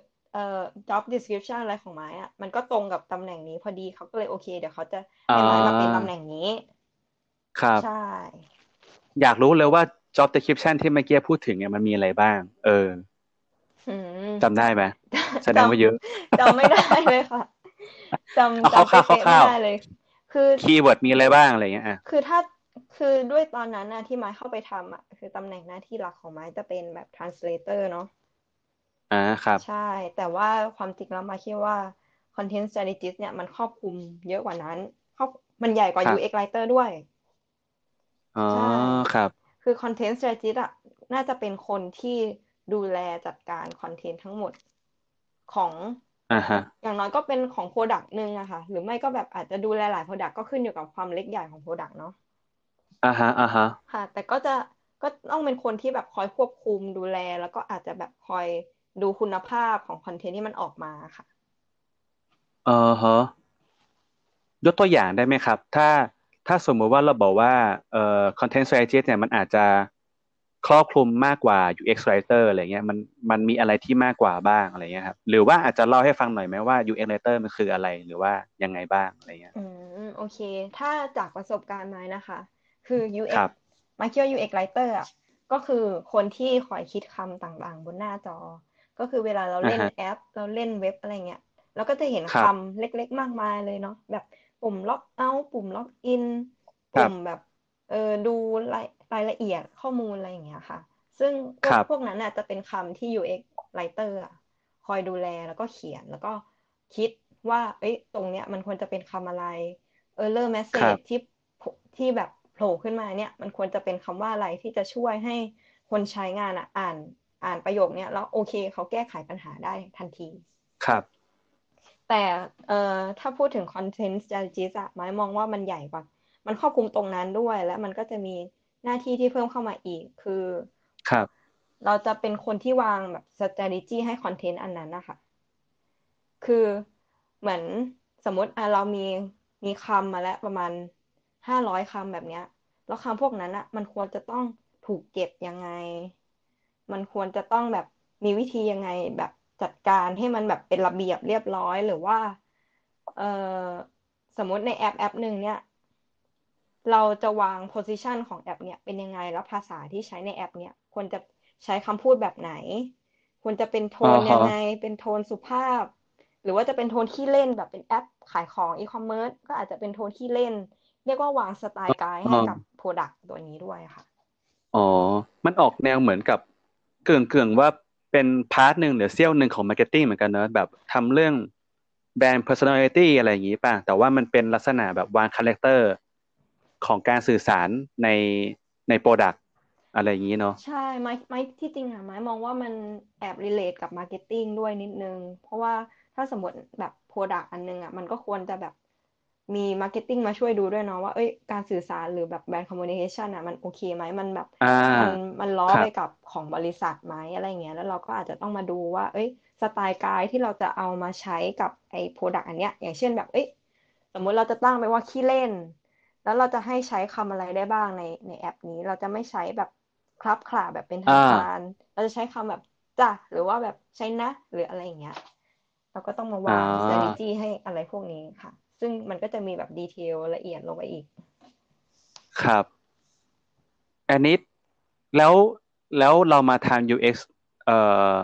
job description อะไรของหมายอ่ะมันก็ตรงกับตำแหน่งนี้พอดีเขาก็เลยโอเคเดี๋ยวเขาจะอ่ให้หมายมาเป็นาตำแหน่งนี้ครับใช่อยากรู้เลยว่า job description ที่เมื่อกี้พูดถึงเนี่ยมันมีอะไรบ้างอืมจำได้ไหมแสจดงว่าเยอะจำไม่ได้เลยค่ะจำเอาคร่าวจำเป๊ะๆคร่าวๆไม่ได้เลยคือๆคีย์เวิร์ดมีอะไรบ้างอะไรเงี้ยคือถ้าคือด้วยตอนนั้นนะที่ไม้เข้าไปทำอ่ะคือตำแหน่งหน้าที่หลักของไม้จะเป็นแบบ translator เนาะครับใช่แต่ว่าความจริงแล้วไมาคิดว่า content strategist เนี่ยมันครอบคลุมเยอะกว่านั้นครอบมันใหญ่กว่าครับ UX writer ด้วยอ๋อใช่ครับคือ content strategist อ่ะน่าจะเป็นคนที่ดูแลจัดการคอนเทนต์ทั้งหมดของฮะอย่างน้อยก็เป็นของโปรดักต์หนึ่งอะค่ะหรือไม่ก็แบบอาจจะดูแลหลายโปรดักต์ก็ขึ้นอยู่กับความเล็กใหญ่ของโปรดักต์เนาะฮะค่ะแต่ก็ต้องเป็นคนที่แบบคอยควบคุมดูแลแล้วก็อาจจะแบบคอยดูคุณภาพของคอนเทนต์ที่มันออกมาค่ะเออฮะ ยกตัวอย่างได้ไหมครับถ้าสมมุติว่าเราบอกว่าcontent strategist เนี่ยมันอาจจะครอบคลุมมากกว่า UX writer อะไรเงี้ยมันมีอะไรที่มากกว่าบ้างอะไรเงี้ยครับหรือว่าอาจจะเล่าให้ฟังหน่อยไหมว่า UX writer มันคืออะไรหรือว่ายังไงบ้างอะไรเงี้ยอืโอเคถ้าจากประสบการณ์ไม้นะคะคือค UX รับมาคิดว่า UX writer อ่ะก็คือคนที่คอยคิดคำต่างๆบนหน้าจอก็คือเวลาเราเล่นอ่าฮะแอปเราเล่นเว็บอะไรเงี้ยเราก็จะเห็นคครับำเล็กๆมากมายเลยเนาะแบบปุ่มล็อกเอาท์ปุ่มล็อกอินครับปุ่มแบบดูรายละเอียดข้อมูลอะไรอย่างเงี้ยค่ะ ซึ่งพครับวกพวกนั้นน่ะจะเป็นคำที่ UX writer อะคอยดูแลแล้วก็เขียนแล้วก็คิดว่าเอ้ยตรงเนี้ยมันควรจะเป็นคำอะไร error ครั message บที่แบบโผล่ขึ้นมาเนี่ยมันควรจะเป็นคำว่าอะไรที่จะช่วยให้คนใช้งานอ่านประโยคเนี้ยแล้วโอเคเขาแก้ไขปัญหาได้ทันทีครับแต่ถ้าพูดถึง content strategist อะหมายมองว่ามันใหญ่กว่ามันครอบคลุมตรงนั้นด้วยและมันก็จะมีหน้าที่ที่เพิ่มเข้ามาอีกคือครับเราจะเป็นคนที่วางแบบ strategy ให้คอนเทนต์อันนั้นนะคะคือเหมือนสมมติเรามีคำมาแล้วประมาณ500 คำแบบเนี้ยแล้วคำพวกนั้นอะมันควรจะต้องถูกเก็บยังไงมันควรจะต้องแบบมีวิธียังไงแบบจัดการให้มันแบบเป็นระเบียบเรียบร้อยหรือว่าเออสมมติในแอปหนึ่งเนี่ยเราจะวาง position ของแอปเนี่ยเป็นยังไงแล้วภาษาที่ใช้ในแอปเนี่ยควรจะใช้คำพูดแบบไหนควรจะเป็นโทอ๋อฮะนยังไงเป็นโทนสุภาพหรือว่าจะเป็นโทนขี้เล่นแบบเป็นแอปขายของอีคอมเมิร์ซก็อาจจะเป็นโทนขี้เล่นเรียกว่าวางสไตล์ไกด์อ๋อให้กับ Product ตัวนี้ด้วยค่ะอ๋อมันออกแนวเหมือนกับเกื่องว่าเป็นพาร์ทหนึ่งหรือเสี้ยวหนึ่งของมาร์เก็ตติ้งเหมือนกันเนอะแบบทำเรื่องแบรนด์ personality อะไรอย่างนี้ป่ะแต่ว่ามันเป็นลักษณะแบบวางคาแรคเตอร์ของการสื่อสารในในโปรดักต์อะไรอย่างนี้เนาะใช่ไม้ที่จริงอะไม้มองว่ามันแอบ relate กับ marketing ด้วยนิดนึงเพราะว่าถ้าสมมติแบบ product อันนึงอะมันก็ควรจะแบบมี marketing มาช่วยดูด้วยเนาะว่าเอ้ยการสื่อสารหรือแบบ brand communication อะมันโอเคไหมมันแบบอ่มันามันล้อครับไปกับของบริษัทไหมอะไรเงี้ยแล้วเราก็อาจจะต้องมาดูว่าเอ้ยสไตล์ไกด์ที่เราจะเอามาใช้กับไอ้ product อันเนี้ยอย่างเช่นแบบเอ้ยสมมุติเราจะตั้งไปว่าขี้เล่น แล้วเราจะให้ใช้คำอะไรได้บ้างในแอปนี้เราจะไม่ใช้แบบครับคลาแบบเป็นอ่าทางการเราจะใช้คำแบบจ้ะหรือว่าแบบใช้นะหรืออะไรอย่างเงี้ยเราก็ต้องมาอ่วางา strategy ให้อะไรพวกนี้ค่ะซึ่งมันก็จะมีแบบดีเทลละเอียดลงไปอีกครับอันนี้แล้วแล้วเรามาทำ UX เอ่อ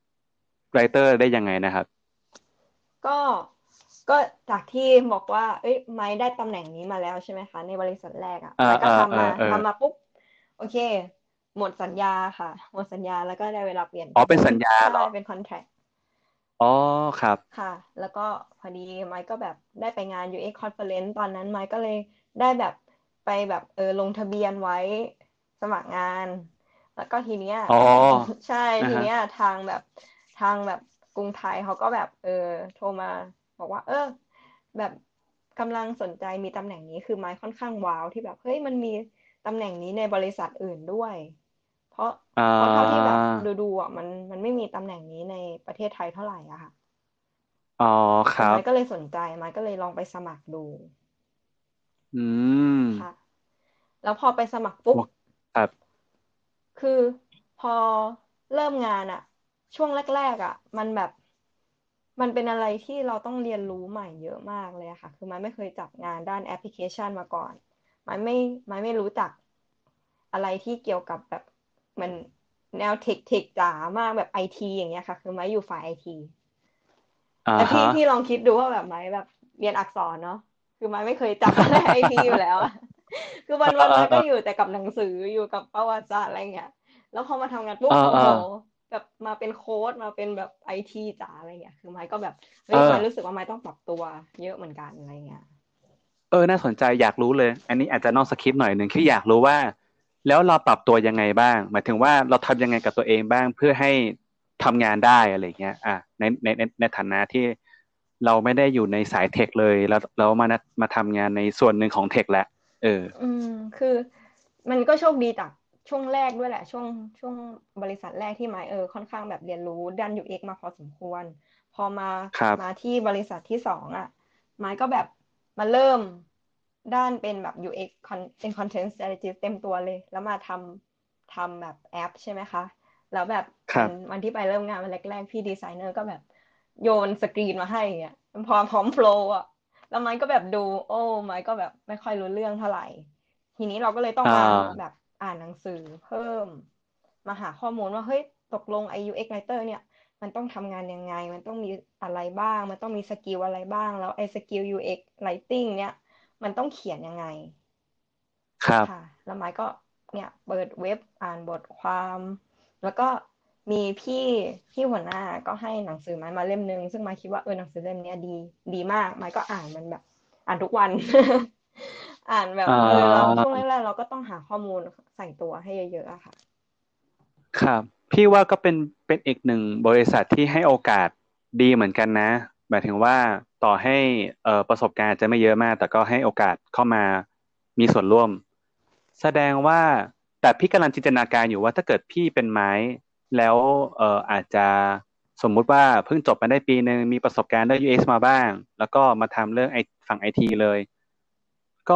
writer ได้ยังไงนะครับก็ก็จากที่บอกว่าเอ้ยไม้ได้ตำแหน่งนี้มาแล้วใช่ไหมคะในบริษัทแรกอ่ะไม้ก็ทำมาปุ๊บโอเคหมดสัญญาค่ะหมดสัญญาแล้วก็ได้เวลาเปลี่ยนเป็นอ๋อเป็นสัญญาใช่เหรอเป็น contract อ๋อครับค่ะแล้วก็พอดีไมค์ก็แบบได้ไปงาน UX Conference ตอนนั้นไมค์ก็เลยได้แบบไปแบบลงทะเบียนไว้สมัครงานแล้วก็ทีเนี้ยอ๋อใช่อ่าฮะทีเนี้ยทางแบบกรุงไทยเขาก็แบบโทรมาบอกว่าแบบกำลังสนใจมีตำแหน่งนี้คือไม้ค่อนข้างว้าวที่แบบเฮ้ยมันมีตำแหน่งนี้ในบริษัทอื่นด้วยเพราะอ่เพราะเท่าที่แบบาดูอ่ะมันไม่มีตำแหน่งนี้ในประเทศไทยเท่าไหร่อะค่ะอ๋อครับแล้วไม้ก็เลยสนใจไม้ก็เลยลองไปสมัครดูอืมค่ะแล้วพอไปสมัครปุ๊บครับคือพอเริ่มงานอะช่วงแรกๆอะมันแบบมันเป็นอะไรที่เราต้องเรียนรู้ใหม่เยอะมากเลยอะค่ะคือมันไม่เคยจับงานด้านแอปพลิเคชันมาก่อนมันไม่รู้จักอะไรที่เกี่ยวกับแบบเหมันแนวเทคจ๋ามากแบบไอทีอย่างเงี้ยค่ะคือไม้อยู่ฝ่ายไอที แต่พี่อ่าฮะพี่ลองคิดดูว่าแบบไม้แบบเรียนอักษรเนาะคือไม้ไม่เคยจับอะไรไอทีอยู่แล้วอะคือวันวันไม้ก็อยู่แต่กับหนังสืออยู่กับประวัติศาสตร์อะไรเงี้ยแล้วพอมาทำงานปุ๊เออเออบโอ้โหแบบมาเป็นโค้ดมาเป็นแบบไอทีจ๋าอะไรเงี้ยคือไม้ก็แบบเฮ้เออยไม้รู้สึกว่าไม้ต้องปรับตัวเยอะเหมือนกันอะไรเงี้ยน่าสนใจอยากรู้เลยอันนี้อาจจะนอกสคริปต์หน่อยหนึ่งคืออยากรู้ว่าแล้วเราปรับตัวยังไงบ้างหมายถึงว่าเราทำยังไงกับตัวเองบ้างเพื่อให้ทำงานได้อะไรเงี้ยในฐานะที่เราไม่ได้อยู่ในสายเทคเลยแล้วเรามาทำงานในส่วนหนึ่งของเทคแหละเอออืมคือมันก็โชคดีจากช่วงแรกด้วยแหละช่วงบริษัทแรกที่ไม้ค่อนข้างแบบเรียนรู้ด้าน UX มาพอสมควรพอมาครับที่บริษัทที่สองอ่ะไม้ก็แบบมาเริ่มด้านเป็นแบบ UXเป็น Content Strategist เต็มตัวเลยแล้วมาทำแบบแอปใช่ไหมคะแล้วแบบครับวันที่ไปเริ่มงานวันแรกๆพี่ดีไซเนอร์ก็แบบโยนสกรีนมาให้อย่างเงี้ยพร้อมโฟลว์อ่ะ แล้วไม้ก็แบบดูโอ้ไม้ก็แบบไม่ค่อยรู้เรื่องเท่าไหร่ทีนี้เราก็เลยต้องอ่มาแบบาอ่านหนังสือเพิ่มมาหาข้อมูลว่าเฮ้ยตกลงไอ้ UX Writer เนี่ยมันต้องทำงานยังไงมันต้องมีอะไรบ้างมันต้องมีสกิลอะไรบ้างแล้วไอ้สกิล UX Writing เนี่ยมันต้องเขียนยังไงค่ะครับแล้วไม้ก็เนี่ยเปิดเว็บอ่านบทความแล้วก็มีพี่หัวหน้าก็ให้หนังสือไม้มาเล่มนึงซึ่งไม้คิดว่าหนังสือเล่มเนี้ยดีมากไม้ก็อ่านมันแบบอ่านทุกวันอ่านแบบอ่เราาช่วงแรกๆเราก็ต้องหาข้อมูลใส่ตัวให้เยอะๆอะค่ะครับพี่ว่าก็เป็นอีกหนึ่งบริษัทที่ให้โอกาสดีเหมือนกันนะหมายถึงว่าต่อให้ประสบการณ์อาจจะไม่เยอะมากแต่ก็ให้โอกาสเข้ามามีส่วนร่วมแสดงว่าแต่พี่กำลังจินตนาการอยู่ว่าถ้าเกิดพี่เป็นไม้แล้วอาจจะสมมุติว่าเพิ่งจบมาได้ปีหนึ่งมีประสบการณ์เรื่อง UX มาบ้างแล้วก็มาทำเรื่องฝั่งไอทีเลยก็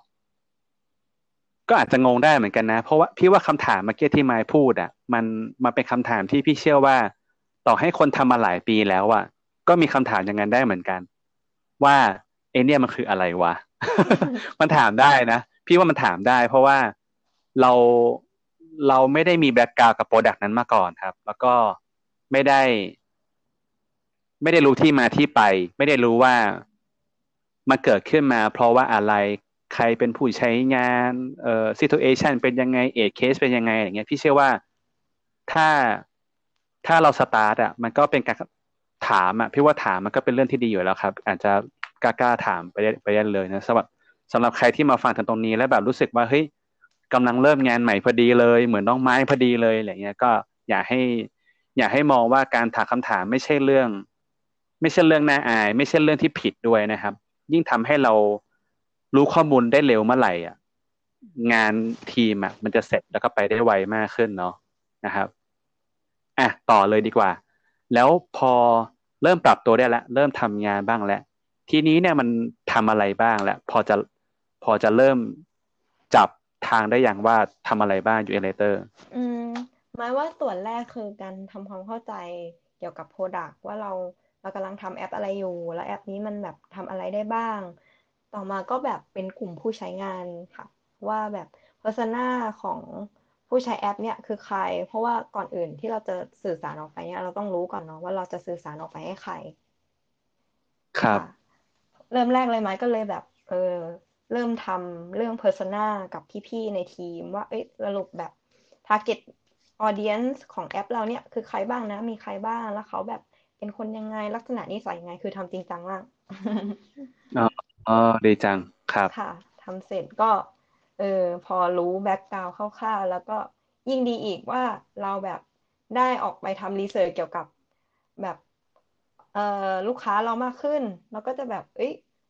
ก็อาจจะงงได้เหมือนกันนะเพราะว่าพี่ว่าคำถามเมื่อกี้ที่มายพูดอ่ะมันเป็นคำถามที่พี่เชื่อว่าต่อให้คนทำมาหลายปีแล้วอ่ะก็มีคำถามอย่างนั้นได้เหมือนกันว่าไอเนี่ยมันคืออะไรวะมันถามได้นะพี่ว่ามันถามได้เพราะว่าเราเราไม่ได้มีแบ็กกราวด์กับโปรดักต์นั้นมาก่อนครับแล้วก็ไม่ได้ไม่ได้รู้ที่มาที่ไปไม่ได้รู้ว่ามันเกิดขึ้นมาเพราะว่าอะไรใครเป็นผู้ใช้งานsituation เป็นยังไงเคสเป็นยังไงอย่างเงี้ยพี่เชื่อว่าถ้าถ้าเราสตาร์ทอ่ะมันก็เป็นการถามอ่ะพี่ว่าถามมันก็เป็นเรื่องที่ดีอยู่แล้วครับอาจจะกล้าถามไปได้เลยนะสำหรับใครที่มาฟังถึงตรงนี้แล้วแบบรู้สึกว่าเฮ้ยกำลังเริ่มงานใหม่พอดีเลยเหมือนน้องไม้พอดีเลยอะไรเงี้ยก็อยากให้อยากให้มองว่าการถามคำถามไม่ใช่เรื่องน่าอายไม่ใช่เรื่องที่ผิดด้วยนะครับ ยิ่งทำให้เรารู้ข้อมูลได้เร็วเมื่อไหร่อ่ะงานทีมอ่ะมันจะเสร็จแล้วก็ไปได้ไวมากขึ้นเนาะนะครับต่อเลยดีกว่าแล้วพอเริ่มปรับตัวได้แล้วเริ่มทำงานบ้างแล้วทีนี้เนี่ยมันทำอะไรบ้างแล้วพอจะเริ่มจับทางได้อย่างว่าทำอะไรบ้างอยู่เอเลเตอร์อืมหมายว่าส่วนแรกคือการทำความเข้าใจเกี่ยวกับโปรดักต์ว่าเรากำลังทำแอปอะไรอยู่แล้วแอปนี้มันแบบทำอะไรได้บ้างต่อมาก็แบบเป็นกลุ่มผู้ใช้งานค่ะว่าแบบเพอร์ซนาของผู้ใช้แอปเนี่ยคือใครเพราะว่าก่อนอื่นที่เราจะสื่อสารออกไปเนี่ยเราต้องรู้ก่อนเนาะว่าเราจะสื่อสารออกไปให้ใคร ค่ะครับเริ่มแรกเลยไหมก็เลยแบบเริ่มทำเรื่อง persona กับพี่ๆในทีมว่าเอ้ยสรุปแบบ target audience ของแอปเราเนี่ยคือใครบ้างนะมีใครบ้างแล้วเขาแบบเป็นคนยังไงลักษณะนิสัยยังไงคือทำจริงจังมากอ๋ออ๋อดีจังครับค่ะทำเสร็จก็พอรู้แบ็กกราวด์คร่าวๆแล้วก็ยิ่งดีอีกว่าเราแบบได้ออกไปทำรีเสิร์ชเกี่ยวกับแบบลูกค้าเรามากขึ้นเราก็จะแบบเอ้ย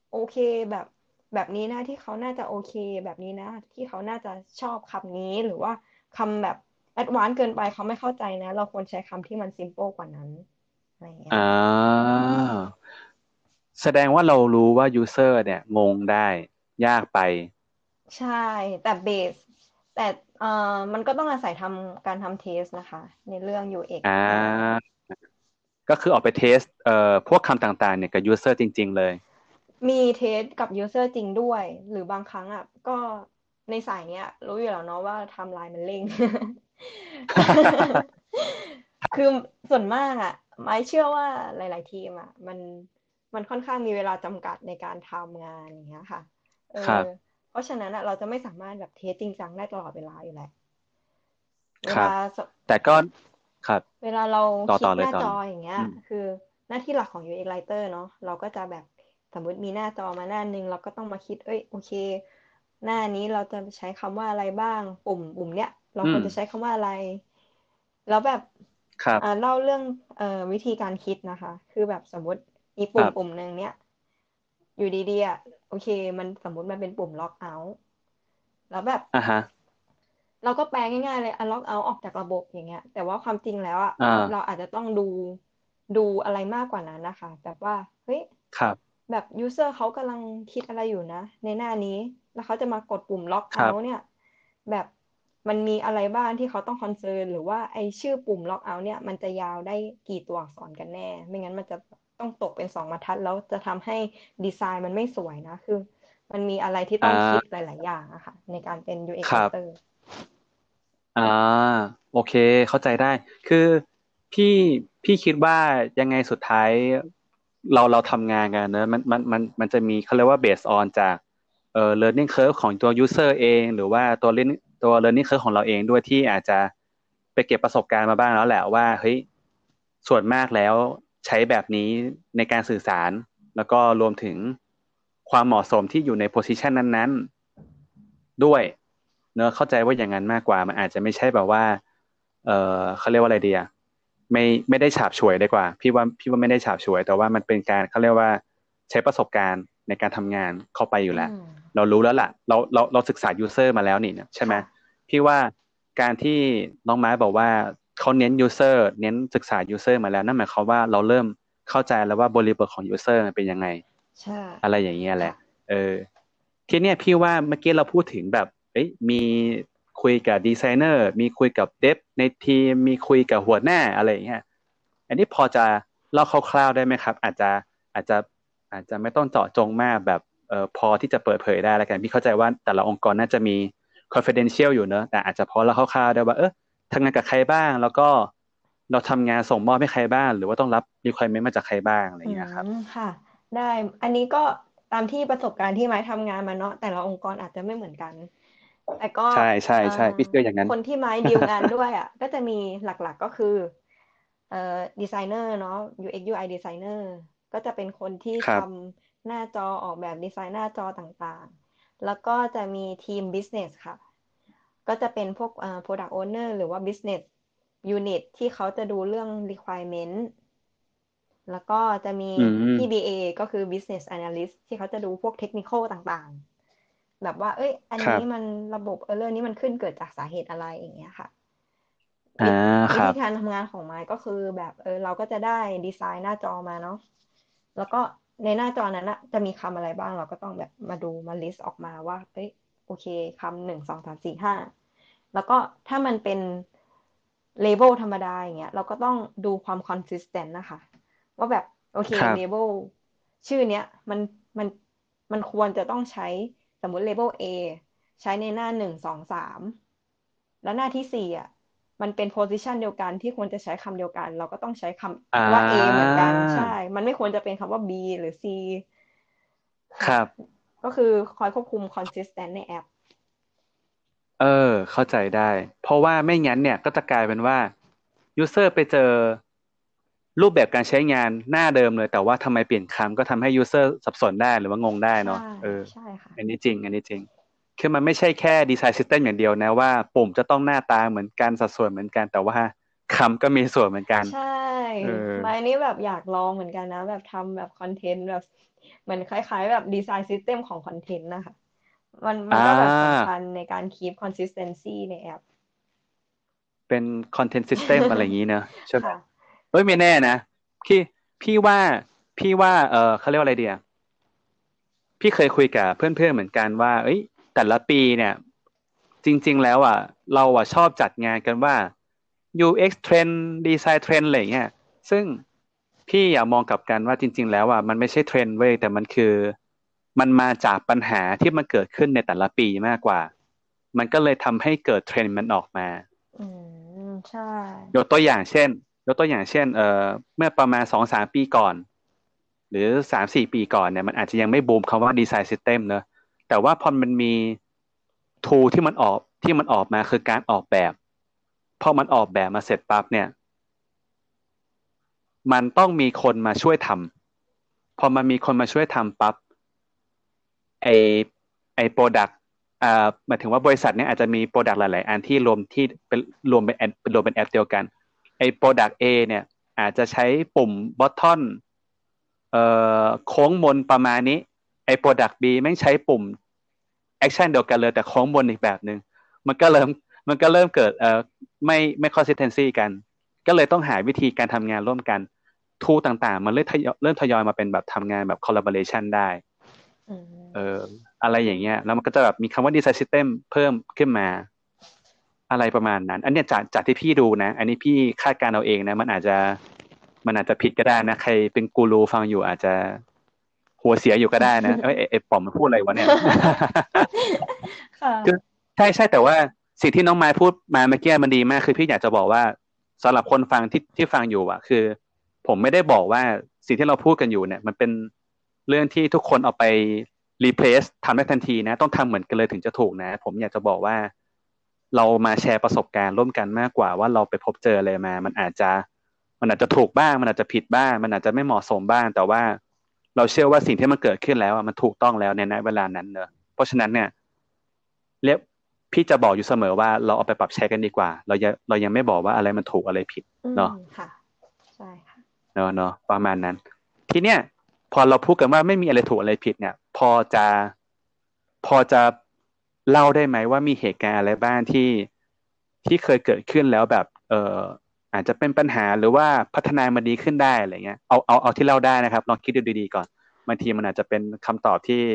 โอเคแบบแบบนี้นะที่เขาน่าจะโอเคแบบนี้นะที่เขาน่าจะชอบคำนี้หรือว่าคำแบบแอดวานซ์เกินไปเขาไม่เข้าใจนะเราควรใช้คำที่มันซิม p ป e กว่านั้นอะไรอย่างเงี้ยอ่าแสดงว่าเรารู้ว่ายูเซอร์เนี่ยงงได้ยากไปใช่แต่เบสแต่เอ่อมันก็ต้องอาศัยการทำเทสนะคะในเรื่อง UX อ่เอ่อาก็คือออกไปเทสพวกคำต่างๆเนี่ยกับยูเซอร์จริงๆเลยมีเทสกับยูเซอร์จริงด้วยหรือบางครั้งอ่ะก็ในสายเนี้ยรู้อยู่แล้วเนาะว่าไทม์ไลน์มันเร่ง คือส่วนมากอ่ะไม้เชื่อว่าหลายๆทีมอ่ะมันค่อนข้างมีเวลาจำกัดในการทำงานอย่างเงี้ยค่ะเออครับเพราะฉะนั้นอ่ะเราจะไม่สามารถแบบเทสจริงจังได้ตลอดเวลาอยู่แล้วเวลาครับแต่ก็ครับเวลาเราต่อคลิกหน้าจต่อเลยต่อเลยออย่างเงี้ยอืมคือหน้าที่หลักของ UX Writer เนาะเราก็จะแบบสมมุติมีหน้าจอมาหน้านึงเราก็ต้องมาคิดเอ้ยโอเคหน้านี้เราจะใช้คำว่าอะไรบ้างปุ่มเนี้ยเราอืมควรจะใช้คำว่าอะไรแล้วแบบครับเล่าเรื่องวิธีการคิดนะคะคือแบบสมมุติมีปุ่มครับหนึ่งเนี้ยอยู่ดีๆอ่ะโอเคมันสมมุติมันเป็นปุ่มล็อกเอาท์แล้วแบบอ่าฮะเราก็แปลง่ายๆเลย unlock out ออกจากระบบอย่างเงี้ยแต่ว่าความจริงแล้วอ่ะอ่เราาอาจจะต้องดูอะไรมากกว่านั้นนะคะแบบว่าเฮ้ยครับแบบ user เขากำลังคิดอะไรอยู่นะในหน้านี้แล้วเขาจะมากดปุ่ม lock ครั out เนี่บยแบบมันมีอะไรบ้างที่เขาต้องคอนเซิร์นหรือว่าไอชื่อปุ่ม lock out เนี่ยมันจะยาวได้กี่ตัวอักษรกันแน่ไม่งั้นมันจะต้องตกเป็นสองบรรทัดแล้วจะทำให้ดีไซน์มันไม่สวยนะคือมันมีอะไรที่อ่ต้องคิดหาลายๆอย่างอะค่ะในการเป็น UX ครับ writer อ่าโอเคเข้าใจได้คือพี่พี่คิดว่ายังไงสุดท้ายเราทำงานกันเนอะมันจะมีเขาเรียกว่า based on จากlearning curve ของตัว user เองหรือว่าตัว learning curve ของเราเองด้วยที่อาจจะไปเก็บประสบการณ์มาบ้างแล้วแหละว่าเฮ้ยส่วนมากแล้วใช้แบบนี้ในการสื่อสารแล้วก็รวมถึงความเหมาะสมที่อยู่ใน position นั้นๆด้วย เนอะเข้าใจว่าอย่างนั้นมากกว่ามันอาจจะไม่ใช่แบบว่าเออเขาเรียกว่าอะไรดีอะไม่ได้ฉาบฉวยดีกว่าพี่ว่าไม่ได้ฉาบฉวยแต่ว่ามันเป็นการเขาเรียกว่าใช้ประสบการณ์ในการทำงานเข้าไปอยู่อืแล้วมเรารู้แล้วล่ะเราศึกษายูเซอร์มาแล้วนี่ใช่ไหมค่ะพี่ว่าการที่น้องไม้บอกว่าเขาเน้นยูเซอร์เน้นศึกษายูเซอร์มาแล้วนั่นหมายความว่าเราเริ่มเข้าใจแล้วว่าบริบทของยูเซอร์มันเป็นยังไงใช่อะไรอย่างเงี้ยแหละค่ะเออ ทีเนี้ยพี่ว่าเมื่อกี้เราพูดถึงแบบเอ้ยมีคุยกับดีไซเนอร์มีคุยกับเดฟในทีมมีคุยกับหัวหน้าอะไรอย่างเงี้ยอันนี้พอจะเล่าคร่าวๆได้ไหมครับอาจจะอาจจะไม่ต้องเจาะจงมากแบบพอที่จะเปิดเผยได้แล้วกันพี่เข้าใจว่าแต่ละองค์กรน่าจะมี confidential อยู่เนอะแต่อาจจะพอเล่าคร่าวๆได้ว่าทำงานกับใครบ้างแล้วก็เราทำงานส่งมอบให้ใครบ้างหรือว่าต้องรับ requirement มาจากใครบ้างอะไรออืย่างเงี้ยครับมค่ะได้อันนี้ก็ตามที่ประสบการณ์ที่ไม้ทำงานมาเนาะแต่ละองค์กรอาจจะไม่เหมือนกันแต่ก็ใช่ใช่เอ่อใช่พี่เชื่ออย่างนั้นคนที่ไม้ดีลงานด้วยอ่ะก็จะมีหลักๆก็คือเอ่อดีไซเนอร์เนาะ UX UI ดีไซเนอร์ก็จะเป็นคนที่คทรับำหน้าจอออกแบบดีไซน์หน้าจอต่างๆแล้วก็จะมีทีม Business ค่ะก็จะเป็นพวกProduct Owner หรือว่า Business Unit ที่เขาจะดูเรื่อง requirement แล้วก็จะมีอืม PBA ก็คือ Business Analyst ที่เขาจะดูพวกเทคนิคต่างๆแบบว่าเอ้ยอันครับนี้มันระบบเรื่องนี้มันขึ้นเกิดจากสาเหตุอะไรอย่างเงี้ยค่ะอ่าวิควิธีรับการทำงานของไม้ก็คือแบบเราก็จะได้ดีไซน์หน้าจอมาเนาะแล้วก็ในหน้าจอนั้นอะจะมีคำอะไรบ้างเราก็ต้องแบบมาดูมาลิสต์ออกมาว่าเอ้ยโอเคคำ1 2 3 4 5แล้วก็ถ้ามันเป็นเลเบลธรรมดาอย่างเงี้ยเราก็ต้องดูความคอนสิสเทนต์นะคะว่าแบบโอเคครับเลเบลชื่อเนี้ยมันมันควรจะต้องใช้สมมุติเลเบล A ใช้ในหน้า1 2 3แล้วหน้าที่สี่อ่ะมันเป็นโพซิชันเดียวกันที่ควรจะใช้คำเดียวกันเราก็ต้องใช้คอ่ำว่า A เหมือนากันใช่มันไม่ควรจะเป็นคำว่า B หรือ C คค่ะรับก็คือคอยควบคุม consistent ในแอปเออเข้าใจได้เพราะว่าไม่งั้นเนี่ยก็จะกลายเป็นว่ายูเซอร์ไปเจอรูปแบบการใช้งานหน้าเดิมเลยแต่ว่าทำไมเปลี่ยนคำก็ทำให้ยูเซอร์สับสนได้หรือว่างงได้ใช่เนาะใช่ค่ะอันนี้จริงอันนี้จริงคือมันไม่ใช่แค่ดีไซน์ซิสเต็มอย่างเดียวนะว่าปุ่มจะต้องหน้าตาเหมือนกันสัดส่วนเหมือนกันแต่ว่าคำก็มีส่วนเหมือนกันใช่เออไม้นี้แบบอยากลองเหมือนกันนะแบบทำแบบคอนเทนต์แบบเหมือนคล้ายๆแบบดีไซน์ซิสเต็มของคอนเทนต์นะคะมันอ่ก็แบบสำาคัญในการ keep consistency ในแอปเป็น content system อะไรอย่างนี้เนอะใช่ไหมค่ะเฮ้ยไม่แน่นะพี่พี่ว่าเขาเรียกว่าอะไรเดีย พี่เคยคุยกับเพื่อนๆเหมือนกันว่าเอ้ยแต่ละปีเนี่ยจริงๆแล้วอ่ะเราอ่ะชอบจัดงานกันว่า UX Trend Design Trend อะไรอย่างเงี้ยซึ่งพี่อยากมองกลับกันว่าจริงๆแล้วอ่ะมันไม่ใช่เทรนด์เว้ยแต่มันคือมันมาจากปัญหาที่มันเกิดขึ้นในแต่ละปีมากกว่ามันก็เลยทำให้เกิดเทรนด์มันออกมาอืมใช่ยกตัวอย่างเช่นยกตัวอย่างเช่นเมื่อประมาณ2-3 ปีก่อนหรือ3-4 ปีก่อนเนี่ยมันอาจจะยังไม่บูมคำว่าดีไซน์ซิสเต็มเนอะแต่ว่าพอมันมีทูที่มันออกมาคือการออกแบบพอมันออกแบบมาเสร็จปั๊บเนี่ยมันต้องมีคนมาช่วยทำพอมันมีคนมาช่วยทำปั๊บไอไอโปรดักต์หมายถึงว่าบริษัทเนี่ยอาจจะมีโปรดักต์หลายๆอันที่รวมที่เป็นรวมเป็นแอปเดียวกันไอโปรดักต์ A เนี่ยอาจจะใช้ปุ่มบัตทอนเอ่โค้งมนประมาณนี้ไอ้ Product B แม่งใช้ปุ่มแอคชั่นเดียวกันเลยแต่โค้งมนอีกแบบหนึ่งมันก็เริ่มมันก็เริ่มเกิดไม่ consistency กันก็เลยต้องหาวิธีการทำงานร่วมกันทูต่างๆมันเริ่มทยอยมาเป็นแบบทำงานแบบ collaboration ได้อืเออมอะไรอย่างเงี้ยแล้วมันก็จะแบบมีคำว่า design system เพิ่มขึ้นมาอะไรประมาณนั้นอันเนี้ยจากที่พี่ดูนะอันนี้พี่คาดการณ์เอาเองนะมันอาจจะผิดก็ได้นะใครเป็นกูรูฟังอยู่อาจจะหัวเสียอยู่ก็ได้นะเอ้ยไอ้ป๋อมมันพูดอะไรวะเนี่ยค่ะคือใช่ใช่แต่ว่าสิ่งที่น้องไม้พูดมาเมื่อกี้มันดีมากคือพี่อยากจะบอกว่าสำหรับคนฟังที่ฟังอยู่อ่ะคือผมไม่ได้บอกว่าสิ่งที่เราพูดกันอยู่เนี่ยมันเป็นเรื่องที่ทุกคนเอาไป replace ทำได้ทันทีนะต้องทำเหมือนกันเลยถึงจะถูกนะผมอยากจะบอกว่าเรามาแชร์ประสบการณ์ร่วมกันมากกว่าว่าเราไปพบเจออะไรมามันอาจจะถูกบ้างมันอาจจะผิดบ้างมันอาจจะไม่เหมาะสมบ้างแต่ว่าเราเชื่อว่าสิ่งที่มันเกิดขึ้นแล้วอะมันถูกต้องแล้วในณเวลานั้นเนอะเพราะฉะนั้นเนี่ยเรียกพี่จะบอกอยู่เสมอว่าเราเอาไปปรับใช้กันดีกว่าเรายังไม่บอกว่าอะไรมันถูกอะไรผิดอืมเนาะค่ะใช่ค่ะเนาะประมาณนั้นทีเนี้ยพอเราพูดกันว่าไม่มีอะไรถูกอะไรผิดเนี่ยพอจะเล่าได้ไหมว่ามีเหตุการณ์อะไรบ้างที่เคยเกิดขึ้นแล้วแบบอาจจะเป็นปัญหาหรือว่าพัฒนามาดีขึ้นได้อะไรเงี้ยเอาที่เล่าได้นะครับลองคิดดูดีๆก่อนบางทีมันอาจจะเป็นคำตอบที่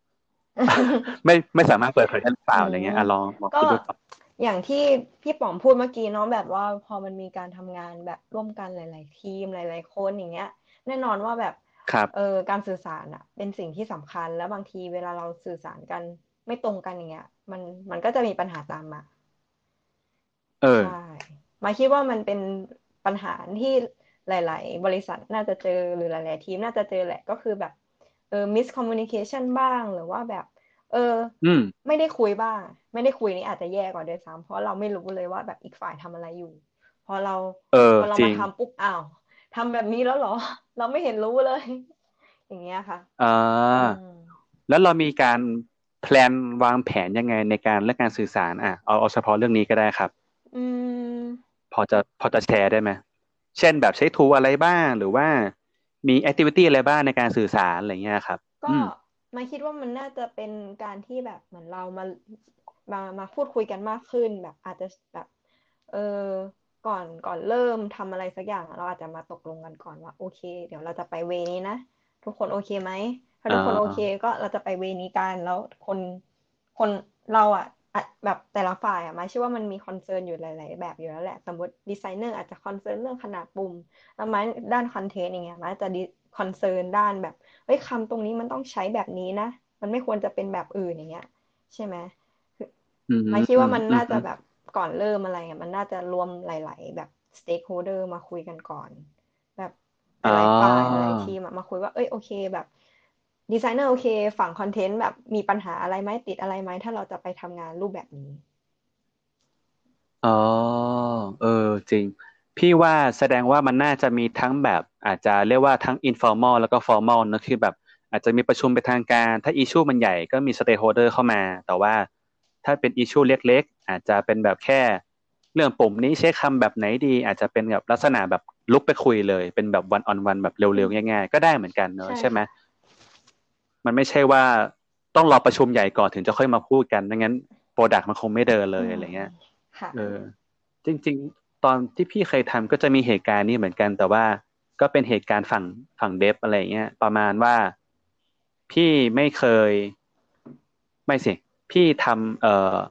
ไม่สามารถเปิดเผยได้หรือเปอืล่าอะไรเงี้มยอ่ะลองก็คิดดูก่อนอย่างที่พี่ป๋อมพูดเมื่อกี้เนาะแบบว่าพอมันมีการทำงานแบบร่วมกันหลายๆทีมหลายๆคนอย่างเงี้ยแน่นอนว่าแบบครับการสื่อสารอะเป็นสิ่งที่สำคัญแล้วบางทีเวลาเราสื่อสารกันไม่ตรงกันอย่างเงี้ยมันก็จะมีปัญหาตามมาเออใช่หมายคิดว่ามันเป็นปัญหาที่หลายๆบริษัทน่าจะเจอหรือหลายๆทีมน่าจะเจอแหละก็คือแบบmiscommunication บ้างหรือว่าแบบเอออืมไม่ได้คุยบ้างไม่ได้คุยนี่อาจจะแย่กว่าด้วยซ้ำเพราะเราไม่รู้เลยว่าแบบอีกฝ่ายทำอะไรอยู่พอเราเออพอเราจริงมาทำปุ๊บอ้าวทำแบบนี้แล้วเหรอเราไม่เห็นรู้เลยอย่างเงี้ยค่ะอ่อืามแล้วเรามีการแพลนวางแผนยังไงในการเรื่องการสื่อสารอ่ะเอาเฉพาะเรื่องนี้ก็ได้ครับอืมพอจะแชร์ได้ไหม เช่นแบบใช้ทูอะไรบ้างหรือว่ามีแอคทิวิตี้อะไรบ้างในการสื่อสารอะไรเงี้ยครับก็อืมมาคิดว่ามันน่าจะเป็นการที่แบบเหมือนเรามาพูดคุยกันมากขึ้นแบบอาจจะแบบเออก่อนเริ่มทำอะไรสักอย่างเราอาจจะมาตกลงกันก่อนว่าโอเคเดี๋ยวเราจะไปเวนี้นะทุกคนโอเคไหมถ้าอ่ทุกคนโอเคาก็เราจะไปเวนี้กันแล้วคนเราอะแบบแต่ละฝ่ายมาเชื่อว่ามันมีคอนเซิร์นอยู่หลายๆแบบอยู่แล้วแหละสมมติดีไซเนอร์อาจจะคอนเซิร์นเรื่องขนาดปุ่มแล้วไม้ด้านคอนเทนต์อย่างเงี้ยไม้จะคอนเซิร์นด้านแบบ เฮ้ยคำตรงนี้มันต้องใช้แบบนี้นะมันไม่ควรจะเป็นแบบอื่นอย่างเงี้ยใช่ไหมคืออืมหมายคิดอืมว่ามันอืมน่าจะแบบก่อนเริ่มอะไรอ่ะมันน่าจะรวมหลายๆแบบ stakeholder มาคุยกันก่อนแบบหอ๋อลายๆฝ่ายหลายๆทีมอะมาคุยว่าเอ้ยโอเคแบบดีไซเนอร์โอเคฝั่งคอนเทนต์แบบมีปัญหาอะไรไหมติดอะไรไหมถ้าเราจะไปทำงานรูปแบบนี้อ๋อเออจริงพี่ว่าแสดงว่ามันน่าจะมีทั้งแบบอาจจะเรียกว่าทั้ง informal แล้วก็ formal นะคือแบบอาจจะมีประชุมเป็นทางการถ้า issue มันใหญ่ก็มี stakeholder เข้ามาแต่ว่าถ้าเป็น issue เล็กๆอาจจะเป็นแบบแค่เรื่องปุ่มนี้ใช้คำแบบไหนดีอาจจะเป็นแบบลักษณะแบบลุกไปคุยเลยเป็นแบบ one on one แบบเร็วอืมๆง่ายๆก็ได้เหมือนกันเนอะใช่ไหมใช่ค่ะมันไม่ใช่ว่าต้องรอประชุมใหญ่ก่อนถึงจะค่อยมาพูดกันไม่งั้นโปรดักต์มันคงไม่เดินเลอืมยอะไรเงี้ยค่ะเออจริงๆตอนที่พี่เคยทำก็จะมีเหตุการณ์นี้เหมือนกันแต่ว่าก็เป็นเหตุการณ์ฝั่งเดฟอะไรเงี้ยประมาณว่าพี่ไม่เคยไม่สิพี่ทำ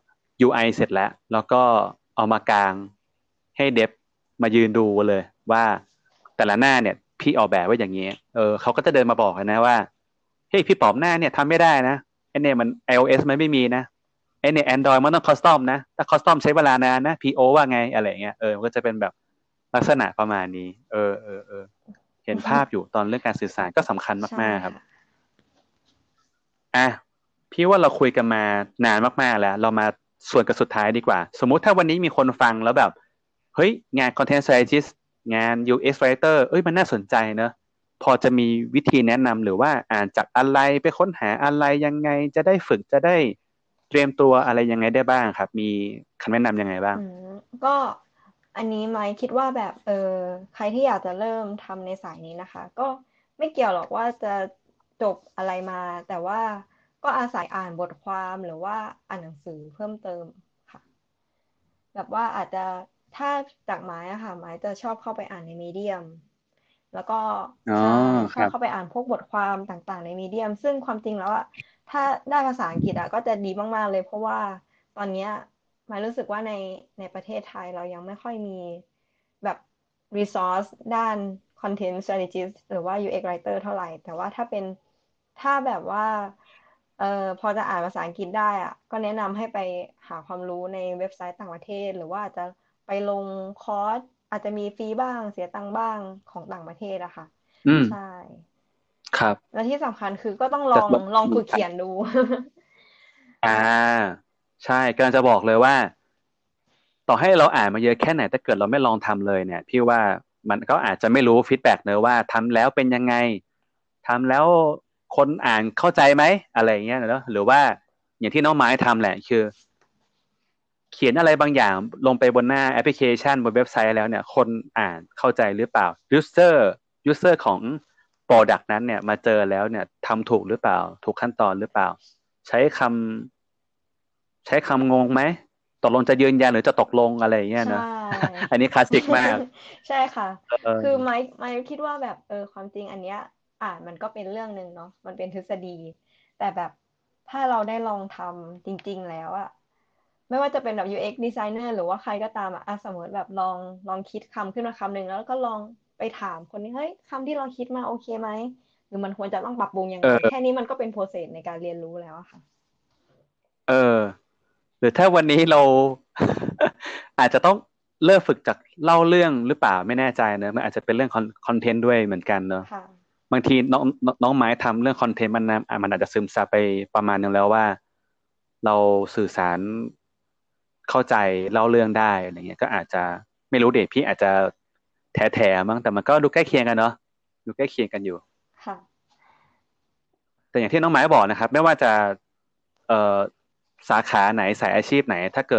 UI เสร็จแล้วก็เอามากางให้เดฟมายืนดูเลยว่าแต่ละหน้าเนี่ยพี่ออกแบบไว้อย่างนี้เขาก็จะเดินมาบอกนะว่าเฮ้ยพี่ป๋อมหน้าเนี่ยทำไม่ได้นะไอเนี่ยมัน iOS มันไม่มีนะไอเนี่ย Android มันต้องคอสตอมนะถ้าคอสตอมใช้เวลานานนะ PO ว่าไงอะไรเงี้ยมันก็จะเป็นแบบลักษณะประมาณนี้เห็นภาพอยู่ตอนเรื่องการสื่อสารก็สำคัญใช่มากๆครับค่ะอ่ะพี่ว่าเราคุยกันมานานมากๆแล้วเรามาส่วนกันสุดท้ายดีกว่าสมมุติถ้าวันนี้มีคนฟังแล้วแบบเฮ้ยงาน Content Strategist งาน UX Writer เอ้ยมันน่าสนใจเนอะพอจะมีวิธีแนะนำหรือว่าอ่านจากอะไรไปค้นหาอะไรยังไงจะได้ฝึกจะได้เตรียมตัวอะไรยังไงได้บ้างครับมีคำแนะนำยังไงบ้างอืมก็อันนี้ไมค์คิดว่าแบบใครที่อยากจะเริ่มทำในสายนี้นะคะก็ไม่เกี่ยวหรอกว่าจะจบอะไรมาแต่ว่าก็อาศัยอ่านบทความหรือว่าอ่านหนังสือเพิ่มเติมค่ะ แบบว่าอาจจะถ้าจากไม้อะค่ะไม้จะชอบเข้าไปอ่านในมีเดียมแล้วก็อ๋อใช่ชครับอบเข้าไปอ่านพวกบทความต่างๆในมีเดียมซึ่งความจริงแล้วอะถ้าได้ภาษาอังกฤษอะก็จะดีมากๆเลยเพราะว่าตอนเนี้ยไม้รู้สึกว่าในประเทศไทยเรายังไม่ค่อยมีแบบ resource ด้าน content strategist หรือว่า UX writer เท่าไหร่แต่ว่าถ้าแบบว่าพอจะอ่านภาษาอังกฤษได้อะก็แนะนำให้ไปหาความรู้ในเว็บไซต์ต่างประเทศหรือว่าอาจจะไปลงคอร์สอาจจะมีฟรีบ้างเสียตังค์บ้างของต่างประเทศอะค่ะอืมใช่ครับและที่สำคัญคือก็ต้องลองจะแบบลองฝึกเขียนดูอ่าใช่กำลังจะบอกเลยว่า ต่อให้เราอ่านมาเยอะแค่ไหนถ้าเกิดเราไม่ลองทำเลยเนี่ยพี่ว่ามันก็อาจจะไม่รู้ฟีดแบ็กเนอะว่าทำแล้วเป็นยังไงทำแล้วคนอ่านเข้าใจไหมอะไรเงี้ยเนอะหรือว่าอย่างที่น้องไม้ทำแหละคือเขียนอะไรบางอย่างลงไปบนหน้าแอปพลิเคชันบนเว็บไซต์แล้วเนี่ยคนอ่านเข้าใจหรือเปล่ายูเซอร์ของ Product นั้นเนี่ยมาเจอแล้วเนี่ยทำถูกหรือเปล่าถูกขั้นตอนหรือเปล่าใช้คใช้คำงงไหมตกลงจะยืนยันหรือจะตกลงอะไรอย่างเงี้ยใช่เนอะ อันนี้คลาสสิกมากใช่ค่ะคือเออไม้คิดว่าแบบความจริงอันเนี้ยมันก็เป็นเรื่องหนึ่งเนาะมันเป็นทฤษฎีแต่แบบถ้าเราได้ลองทำจริงๆแล้วอะไม่ว่าจะเป็นแบบ UX designer หรือว่าใครก็ตามสมมติแบบลองคิดคำขึ้นมาคำหนึ่งแล้วก็ลองไปถามคนนี้เฮ้ยคำที่เราคิดมาโอเคไหมหรือมันควรจะต้องปรับปรุงยังไงแค่เออนี้มันก็เป็นโปรเซสในการเรียนรู้แล้วอะค่ะเออหรือถ้าวันนี้เราอาจจะต้องเริ่มฝึกจากเล่าเรื่องหรือเปล่าไม่แน่ใจเนอะมันอาจจะเป็นเรื่องคอนเทนต์ด้วยเหมือนกันเนอะค่ะบางทีน้องไม้ทำเรื่องคอนเทนต์มันอาจจะซึมซับไปประมาณนึงแล้วว่าเราสื่อสารเข้าใจเล่าเรื่องได้อะไรเงี้ยก็อาจจะไม่รู้เด็พี่อาจจะแถมั้งแต่มันก็ดูใกล้เคียงกันเนาะดูใกล้เคียงกันอยู่ค่ะแต่อย่างที่น้องไม้บอกนะครับไม่ว่าจะเอ่อสาขาไหนสายอาชีพไหน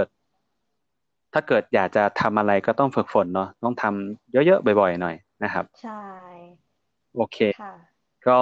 ถ้าเกิดอยากจะทำอะไรก็ต้องฝึกฝนเนาะต้องทำเยอะๆบ่อยๆหน่อยนะครับใช่โอเคค่ะก็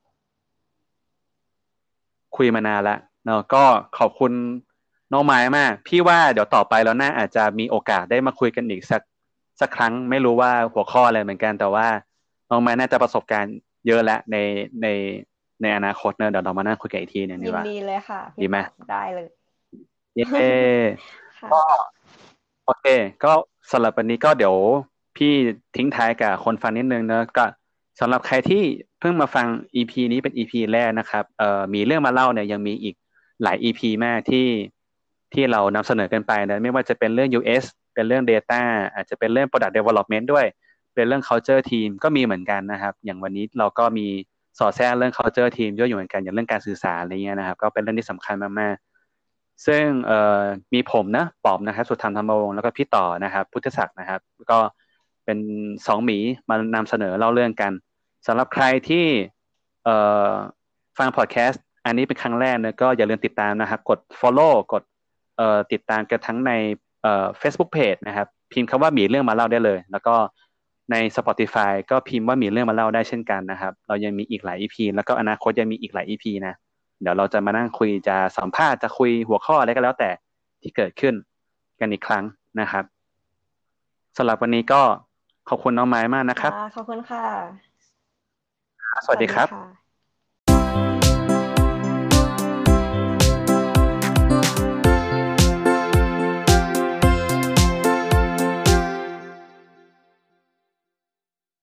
คุยมานานแล้วเนาะก็ขอบคุณน้องไม้มากพี่ว่าเดี๋ยวต่อไปเราน่าอาจจะมีโอกาสได้มาคุยกันอีกสักครั้งไม่รู้ว่าหัวข้ออะไรเหมือนกันแต่ว่าน้องไม้น่าจะประสบการณ์เยอะแล้วในในอนาคตเนอะเดี๋ยวเรามานั่งคุยกันอีกทีหนึงดีกว่ายินดีเลยค่ะดีไหมพี่ป๋อมได้เลยเย้ค่ะก็โอเคก็สำหรับวันนี้ก็เดี๋ยวพี่ทิ้งท้ายกับคนฟังนิดนึงเนอะก็สำหรับใครที่เพิ่งมาฟัง EP นี้เป็น EP แรกนะครับมีเรื่องมาเล่าเนี่ยยังมีอีกหลาย EP มากที่เรานำเสนอกันไปนะไม่ว่าจะเป็นเรื่อง US เป็นเรื่อง Data อาจจะเป็นเรื่อง Product Development ด้วยเป็นเรื่อง Culture Team ก็มีเหมือนกันนะครับอย่างวันนี้เราก็มีสอดแทรกเรื่อง Culture Team ด้วยอยู่เหมือนกันอย่างเรื่องการสื่อสารอะไรเงี้ยนะครับก็เป็นเรื่องที่สำคัญมากๆ ซึ่งมีผมนะปอมนะครับสุธรรมธรรมวงศ์แล้วก็พี่ต่อนะครับพุทธศักดิ์นะครับก็เป็นสองหมีมานำเสนอเล่าเรื่องกันสำหรับใครที่เอ่อฟังพอดแคสต์อันนี้เป็นครั้งแรกนะก็อย่าลืมติดตามนะครับกด follow กดติดตามกันทั้งในFacebook Page นะครับพิมพ์คำว่าหมีเรื่องมาเล่าได้เลยแล้วก็ใน Spotify ก็พิมพ์ว่ามีเรื่องมาเล่าได้เช่นกันนะครับเรายังมีอีกหลาย EP แล้วก็อนาคตยังมีอีกหลาย EP นะเดี๋ยวเราจะมานั่งคุยจะสัมภาษณ์จะคุยหัวข้ออะไรก็แล้วแต่ที่เกิดขึ้นกันอีกครั้งนะครับสำหรับวันนี้ก็ขอบคุณน้องไม้มากนะคค่ะรับขอบคุณค่ะสวัสดีครับสวัสดีค่ะ